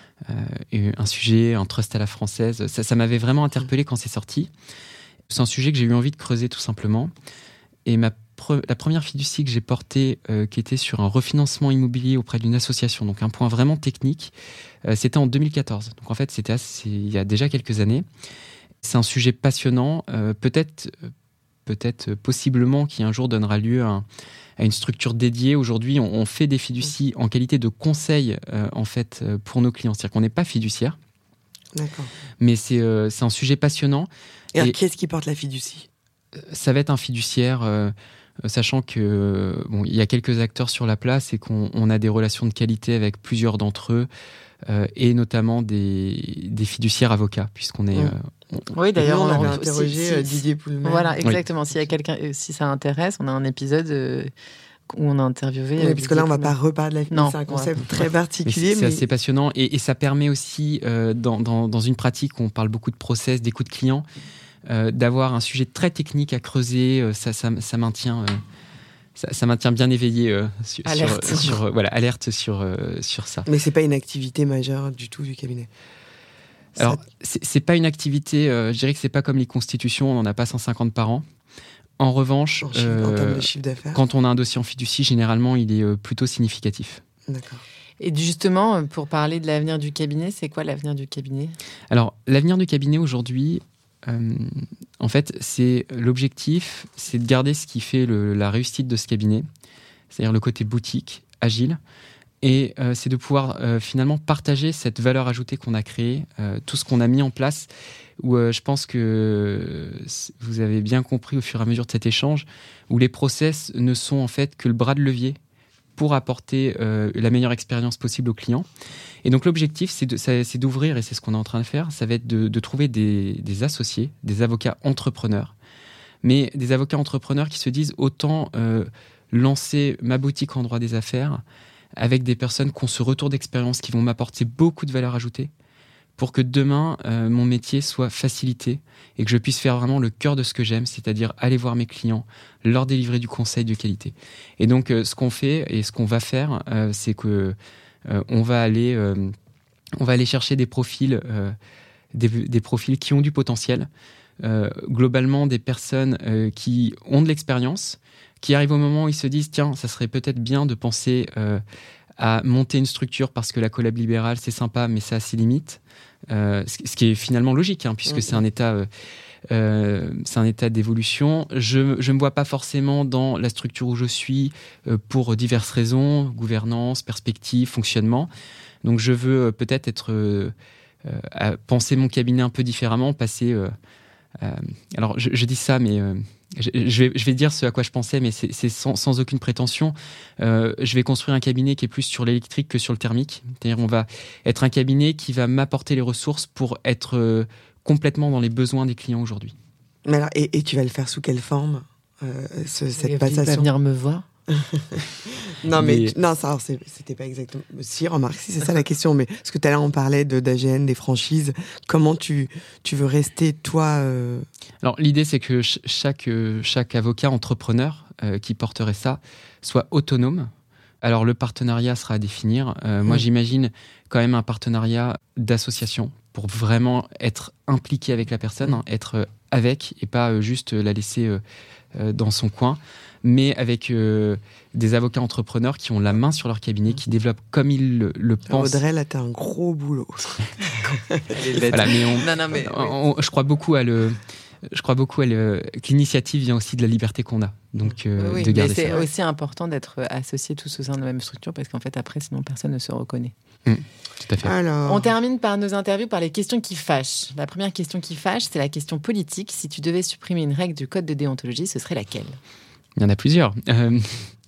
euh, un sujet, un trust à la française. Ça, ça m'avait vraiment interpellé quand c'est sorti. C'est un sujet que j'ai eu envie de creuser tout simplement. Et ma pre- la première fiducie que j'ai portée, euh, qui était sur un refinancement immobilier auprès d'une association, donc un point vraiment technique, euh, c'était en deux mille quatorze. Donc en fait, c'était assez, il y a déjà quelques années. C'est un sujet passionnant, euh, peut-être, peut-être possiblement qui un jour donnera lieu à, un, à une structure dédiée. Aujourd'hui, on, on fait des fiducies en qualité de conseil euh, en fait pour nos clients. C'est-à-dire qu'on n'est pas fiduciaire. D'accord. Mais c'est, euh, c'est un sujet passionnant. Et, et alors, qui est-ce qui porte la fiducie ? Ça va être un fiduciaire, euh, sachant que bon, il y a quelques acteurs sur la place et qu'on on a des relations de qualité avec plusieurs d'entre eux, euh, et notamment des, des fiduciaires avocats, puisqu'on est. Mmh. Euh, on, oui, d'ailleurs, on, on avait on, interrogé si, si, Didier Poulmer. Voilà, exactement. Oui. S'il y a quelqu'un, si ça intéresse, on a un épisode. Euh, où on a interviewé. Oui, puisque là, on ne va pas reparler de la fiducie, c'est un concept ouais. très particulier. Mais c'est, mais... c'est assez passionnant et, et ça permet aussi, euh, dans, dans, dans une pratique où on parle beaucoup de process, d'écoute client, euh, d'avoir un sujet très technique à creuser. Euh, ça, ça, ça, maintient, euh, ça, ça maintient bien éveillé euh, sur, alerte. sur, sur, euh, voilà, alerte sur, euh, sur ça. Mais ce n'est pas une activité majeure du tout du cabinet. Alors, ça... c'est, c'est pas une activité, euh, je dirais que ce n'est pas comme les constitutions, on n'en a pas cent cinquante par an. En revanche, en, chiffre, euh, en termes de chiffre d'affaires, quand on a un dossier en fiducie, généralement, il est euh, plutôt significatif. D'accord. Et justement, pour parler de l'avenir du cabinet, c'est quoi l'avenir du cabinet ? Alors, l'avenir du cabinet aujourd'hui, euh, en fait, c'est l'objectif, c'est de garder ce qui fait le, la réussite de ce cabinet, c'est-à-dire le côté boutique, agile, et euh, c'est de pouvoir euh, finalement partager cette valeur ajoutée qu'on a créée, euh, tout ce qu'on a mis en place, où euh, je pense que vous avez bien compris au fur et à mesure de cet échange, où les process ne sont en fait que le bras de levier pour apporter euh, la meilleure expérience possible aux clients. Et donc l'objectif, c'est, de, ça, c'est d'ouvrir, et c'est ce qu'on est en train de faire, ça va être de, de trouver des, des associés, des avocats entrepreneurs, mais des avocats entrepreneurs qui se disent autant euh, lancer ma boutique en droit des affaires avec des personnes qui ont ce retour d'expérience, qui vont m'apporter beaucoup de valeur ajoutée, pour que demain, euh, mon métier soit facilité et que je puisse faire vraiment le cœur de ce que j'aime, c'est-à-dire aller voir mes clients, leur délivrer du conseil de qualité. Et donc, euh, ce qu'on fait et ce qu'on va faire, euh, c'est que euh, on va aller, euh, on va aller chercher des profils, euh, des, des profils qui ont du potentiel. Euh, globalement, des personnes euh, qui ont de l'expérience, qui arrivent au moment où ils se disent tiens, ça serait peut-être bien de penser euh, à monter une structure parce que la collab libérale c'est sympa, mais ça a ses limites. Euh, ce qui est finalement logique, hein, puisque mmh. c'est un état. Euh, Euh, c'est un état d'évolution. Je ne me vois pas forcément dans la structure où je suis euh, pour diverses raisons, gouvernance, perspective, fonctionnement. Donc je veux euh, peut-être être, euh, euh, à penser mon cabinet un peu différemment, passer... Euh, euh, alors je, je dis ça, mais euh, je, je, vais, je vais dire ce à quoi je pensais, mais c'est, c'est sans, sans aucune prétention. Euh, je vais construire un cabinet qui est plus sur l'électrique que sur le thermique. C'est-à-dire on va être un cabinet qui va m'apporter les ressources pour être... Euh, complètement dans les besoins des clients aujourd'hui. Mais alors, et, et tu vas le faire sous quelle forme, euh, ce, cette et passation? Tu vas venir me voir. Non, mais, mais... Tu, non, ça, alors, c'est, c'était pas exactement... Si, remarque, si, c'est ça la question, mais parce que tout à l'heure, on parlait de, d'A G N, des franchises. Comment tu, tu veux rester, toi euh... Alors, l'idée, c'est que ch- chaque, euh, chaque avocat entrepreneur euh, qui porterait ça soit autonome. Alors, le partenariat sera à définir. Euh, mmh. Moi, j'imagine quand même un partenariat d'association pour vraiment être impliqué avec la personne, hein, être avec et pas juste la laisser euh, dans son coin, mais avec euh, des avocats entrepreneurs qui ont la main sur leur cabinet, qui développent comme ils le, le pensent. Audrey, là, t'as un gros boulot. Voilà, mais on, non, non, mais, on, on, je crois beaucoup à le... Je crois beaucoup à le, que l'initiative vient aussi de la liberté qu'on a. Donc, euh, oui, de garder mais c'est ça. aussi important d'être associés tous au sein de la même structure parce qu'en fait, après, sinon, personne ne se reconnaît. Mmh, tout à fait. Alors... On termine par nos interviews par les questions qui fâchent. La première question qui fâche, c'est la question politique. Si tu devais supprimer une règle du code de déontologie, ce serait laquelle ? Il y en a plusieurs. Euh,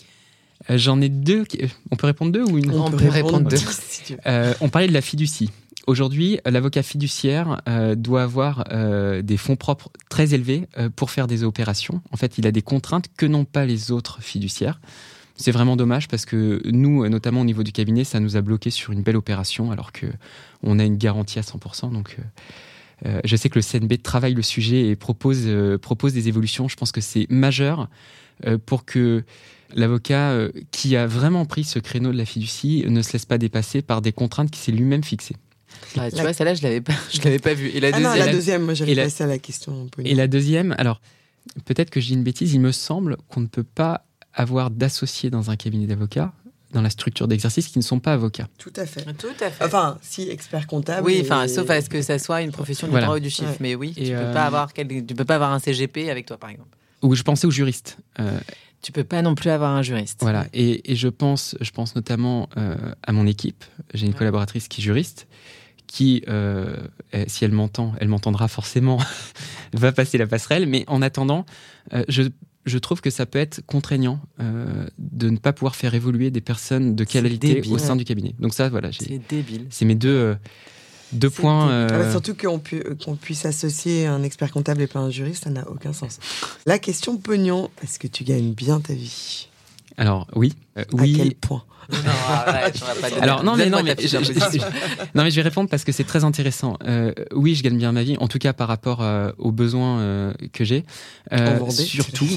j'en ai deux. On peut répondre deux ou une ? On, on peut, peut répondre, répondre deux. Si euh, on parlait de la fiducie. Aujourd'hui, l'avocat fiduciaire euh, doit avoir euh, des fonds propres très élevés euh, pour faire des opérations. En fait, il a des contraintes que n'ont pas les autres fiduciaires. C'est vraiment dommage parce que nous, notamment au niveau du cabinet, ça nous a bloqué sur une belle opération alors qu'on a une garantie à cent pour cent. Donc, euh, euh, je sais que le C N B travaille le sujet et propose, euh, propose des évolutions. Je pense que c'est majeur euh, pour que l'avocat euh, qui a vraiment pris ce créneau de la fiducie ne se laisse pas dépasser par des contraintes qu'il s'est lui-même fixées. Ah, tu la... vois, celle-là, je l'avais pas, je l'avais pas vue. Et la ah deuxième, non, la deuxième, moi j'avais la... passé à la question. Et la deuxième, alors peut-être que je dis une bêtise, il me semble qu'on ne peut pas avoir d'associés dans un cabinet d'avocats, dans la structure d'exercice, qui ne sont pas avocats. Tout à fait. Tout à fait. Enfin, si expert comptable. Oui, enfin, et... sauf à ce que ça soit une profession du voilà. droit ou du chiffre. Ouais. Mais oui, et tu euh... peux pas avoir, quel... tu peux pas avoir un C G P avec toi, par exemple. Ou je pensais aux juristes. Euh... Tu peux pas non plus avoir un juriste. Voilà. Et, et je pense, je pense notamment euh, à mon équipe. J'ai une ouais. collaboratrice qui est juriste, qui, euh, si elle m'entend, elle m'entendra forcément, va passer la passerelle. Mais en attendant, euh, je, je trouve que ça peut être contraignant euh, de ne pas pouvoir faire évoluer des personnes de qualité au sein ouais. du cabinet. Donc ça, voilà. J'ai, c'est débile. C'est mes deux, euh, deux points. Euh... Ah bah surtout qu'on, pu, qu'on puisse associer un expert comptable et pas un juriste, ça n'a aucun sens. La question pognon, est-ce que tu gagnes bien ta vie ? Alors, oui. Euh, oui. À quel point ? Non, arrête, pas de... Alors non mais non mais, je, je, je, non mais je vais répondre parce que c'est très intéressant. Euh, oui, je gagne bien ma vie, en tout cas par rapport euh, aux besoins euh, que j'ai. Euh, surtout,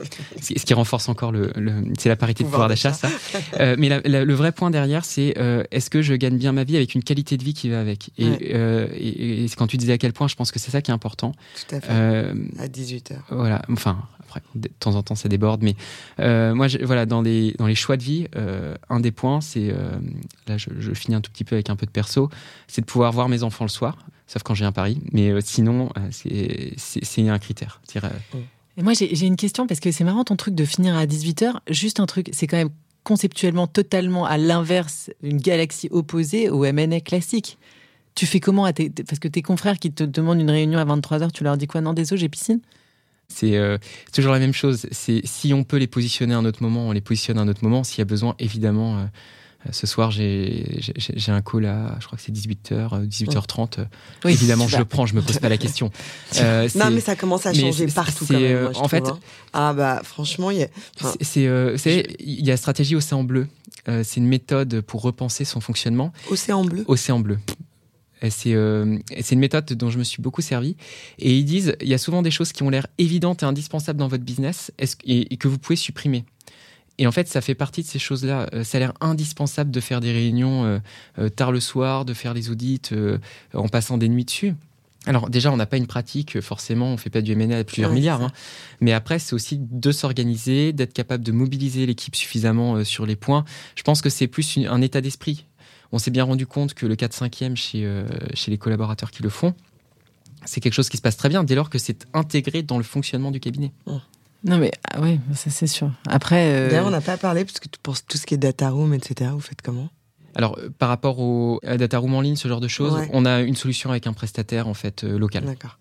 ce qui renforce encore le, le c'est la parité de pouvoir d'achat, ça. Euh, mais la, la, le vrai point derrière, c'est euh, est-ce que je gagne bien ma vie avec une qualité de vie qui va avec. Et, ouais. euh, et, et quand tu disais à quel point, je pense que c'est ça qui est important. Tout à fait. Euh, à dix-huit heures. Voilà. Enfin. Après, de temps en temps, ça déborde, mais euh, moi, je, voilà, dans les dans les choix de vie, euh, un des points, c'est euh, là, je, je finis un tout petit peu avec un peu de perso, c'est de pouvoir voir mes enfants le soir, sauf quand j'ai un pari, mais euh, sinon, euh, c'est, c'est c'est un critère. C'est, euh... Et moi, j'ai j'ai une question parce que c'est marrant ton truc de finir à dix-huit heures. Juste un truc, c'est quand même conceptuellement totalement à l'inverse, une galaxie opposée au M and A classique. Tu fais comment à tes, parce que tes confrères qui te demandent une réunion à vingt-trois heures, tu leur dis quoi ? Non, désolé, j'ai piscine. C'est euh, toujours la même chose. C'est, si on peut les positionner à un autre moment, on les positionne à un autre moment. S'il y a besoin, évidemment, euh, ce soir, j'ai, j'ai, j'ai un call à, je crois que c'est dix-huit heures, dix-huit heures trente. Oui, évidemment, je le prends, je me pose pas la question. Euh, non, mais ça commence à changer partout quand même, moi, je en trouve, fait, hein. Ah bah, franchement, il y a... Enfin, c'est, c'est, euh, c'est, il y a Stratégie Océan Bleu. Euh, c'est une méthode pour repenser son fonctionnement. Océan Bleu. Océan Bleu. C'est, euh, c'est une méthode dont je me suis beaucoup servi. Et ils disent, il y a souvent des choses qui ont l'air évidentes et indispensables dans votre business et, et que vous pouvez supprimer. Et en fait, ça fait partie de ces choses-là. Euh, ça a l'air indispensable de faire des réunions euh, euh, tard le soir, de faire les audits euh, en passant des nuits dessus. Alors déjà, on n'a pas une pratique, forcément, on ne fait pas du M and A à plusieurs ouais, milliards. Hein. Mais après, c'est aussi de s'organiser, d'être capable de mobiliser l'équipe suffisamment euh, sur les points. Je pense que c'est plus une, un état d'esprit. On s'est bien rendu compte que le quatre cinquième chez, euh, chez les collaborateurs qui le font, c'est quelque chose qui se passe très bien dès lors que c'est intégré dans le fonctionnement du cabinet. Non mais ah ouais, ça c'est sûr. Après, euh... d'ailleurs, on n'a pas parlé, parce que pour tout ce qui est data room, et cetera, vous faites comment ? Alors, euh, par rapport au à data room en ligne, ce genre de choses, ouais. on a une solution avec un prestataire en fait euh, local. D'accord.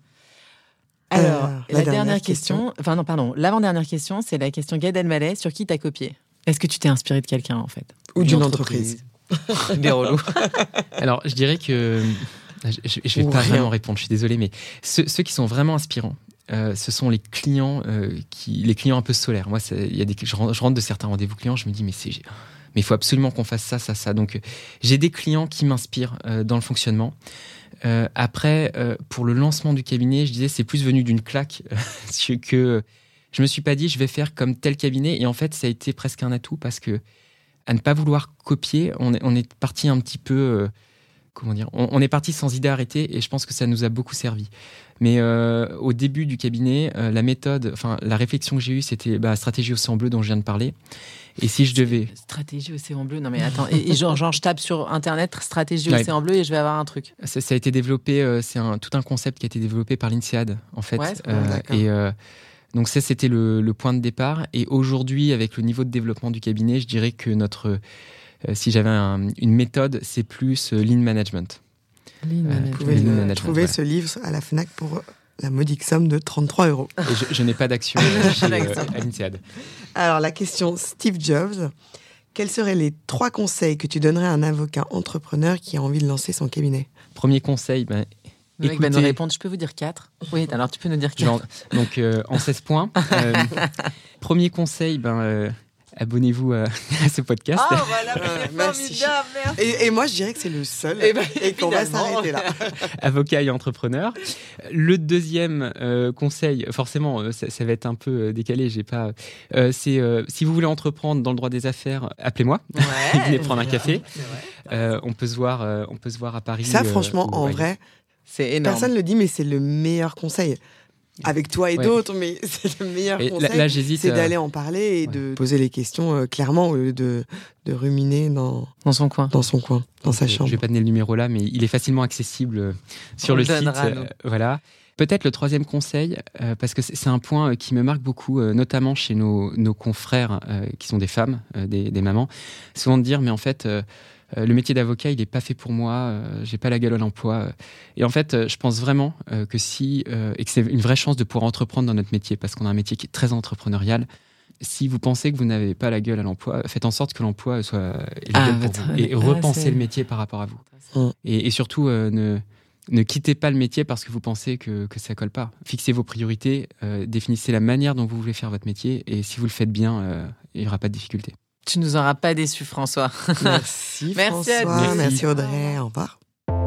Alors, Euh, la, la dernière, dernière question, question. enfin non, pardon, l'avant-dernière question, c'est la question Gad Elmaleh, sur qui t'as copié ? Est-ce que tu t'es inspiré de quelqu'un en fait ? Ou d'une entreprise. Des relous. Alors, je dirais que je, je vais Ou pas rien. vraiment répondre. Je suis désolé, mais ceux, ceux qui sont vraiment inspirants, euh, ce sont les clients euh, qui, les clients un peu solaires. Moi, il y a des, je rentre, je rentre de certains rendez-vous clients, je me dis mais c'est, mais il faut absolument qu'on fasse ça, ça, ça. Donc, j'ai des clients qui m'inspirent euh, dans le fonctionnement. Euh, après, euh, pour le lancement du cabinet, je disais c'est plus venu d'une claque euh, que je me suis pas dit je vais faire comme tel cabinet. Et en fait, ça a été presque un atout parce que à ne pas vouloir copier, on est, on est parti un petit peu, euh, comment dire, on, on est parti sans idée arrêtée et je pense que ça nous a beaucoup servi. Mais euh, au début du cabinet, euh, la méthode, enfin la réflexion que j'ai eue, c'était bah, stratégie océan bleu dont je viens de parler. Et si je devais... Stratégie océan bleu, non mais attends, et, et genre, genre je tape sur internet stratégie Ouais. océan bleu et je vais avoir un truc. Ça, ça a été développé, euh, c'est un, tout un concept qui a été développé par l'INSEAD, en fait. Ouais, c'est bon, d'accord. et euh, donc ça, c'était le, le point de départ. Et aujourd'hui, avec le niveau de développement du cabinet, je dirais que notre, euh, si j'avais un- une méthode, c'est plus euh, lean management. Lean Euh, management. Vous pouvez Lean le management, trouver ouais. ce livre à la Fnac pour la modique somme de trente-trois euros. Et je, je n'ai pas d'action euh, chez, euh, D'action. à l'INSEAD. Alors, la question Steve Jobs. Quels seraient les trois conseils que tu donnerais à un avocat entrepreneur qui a envie de lancer son cabinet ? Premier conseil, ben, Le mec va nous écoutez- répondre, je peux vous dire quatre ? Oui, alors tu peux nous dire quatre. genre, donc euh, en seize points. Euh, premier conseil, ben, euh, abonnez-vous à, à ce podcast. Ah, voilà, c'est merci. formidable, merci. Et, et moi, je dirais que c'est le seul Eh ben, et qu'on va finalement. s'arrêter là. Avocat et entrepreneur. Le deuxième euh, conseil, forcément, euh, ça, ça va être un peu euh, décalé. J'ai pas. euh, c'est euh, si vous voulez entreprendre dans le droit des affaires, appelez-moi. Ouais, Venez prendre un café. c'est vrai. Euh, on peut se voir. euh, on peut se voir à Paris. Ça, euh, franchement, ou en ailleurs. vrai, C'est énorme. personne ne le dit, mais c'est le meilleur conseil. Avec toi et Ouais. d'autres, mais c'est le meilleur Et là, conseil. là, j'hésite. C'est euh, d'aller en parler et ouais. de poser les questions euh, clairement au lieu de, de ruminer dans, Dans son coin. dans son coin, dans sa euh, chambre. Je vais pas donner le numéro là, mais il est facilement accessible euh, sur On le le site. donnera, euh, nous. voilà. Peut-être le troisième conseil, euh, parce que c'est c'est un point euh, qui me marque beaucoup, euh, notamment chez nos, nos confrères euh, qui sont des femmes, euh, des, des mamans, souvent de dire, mais en fait, euh, euh, le métier d'avocat, il n'est pas fait pour moi, euh, j'ai pas la gueule à l'emploi. euh. Et en fait, euh, je pense vraiment euh, que si, euh, et que c'est une vraie chance de pouvoir entreprendre dans notre métier, parce qu'on a un métier qui est très entrepreneurial. Si vous pensez que vous n'avez pas la gueule à l'emploi, faites en sorte que l'emploi soit est la Ah, gueule pour votre- vous. Et ah, repensez c'est- le métier par rapport à vous. Mm. Et, et surtout, euh, ne, ne quittez pas le métier parce que vous pensez que, que ça colle pas. Fixez vos priorités, euh, définissez la manière dont vous voulez faire votre métier, et si vous le faites bien, euh, il n'y aura pas de difficulté. Tu nous auras pas déçus, François. Merci, Merci à François. tous. Merci Audrey. Au revoir.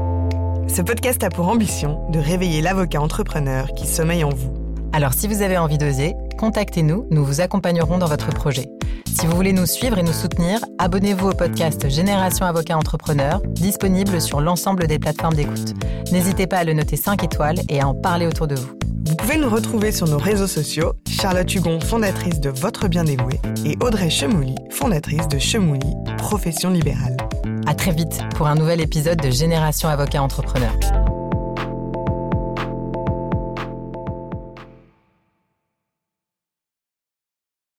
Ce podcast a pour ambition de réveiller l'avocat entrepreneur qui sommeille en vous. Alors si vous avez envie d'oser, contactez-nous, nous vous accompagnerons dans votre projet. Si vous voulez nous suivre et nous soutenir, abonnez-vous au podcast Génération Avocat Entrepreneur, disponible sur l'ensemble des plateformes d'écoute. N'hésitez pas à le noter cinq étoiles et à en parler autour de vous. Vous pouvez nous retrouver sur nos réseaux sociaux, Charlotte Hugon, fondatrice de Votre Bien Dévoué, et Audrey Chemouli, fondatrice de Chemouli, profession libérale. À très vite pour un nouvel épisode de Génération Avocat Entrepreneur.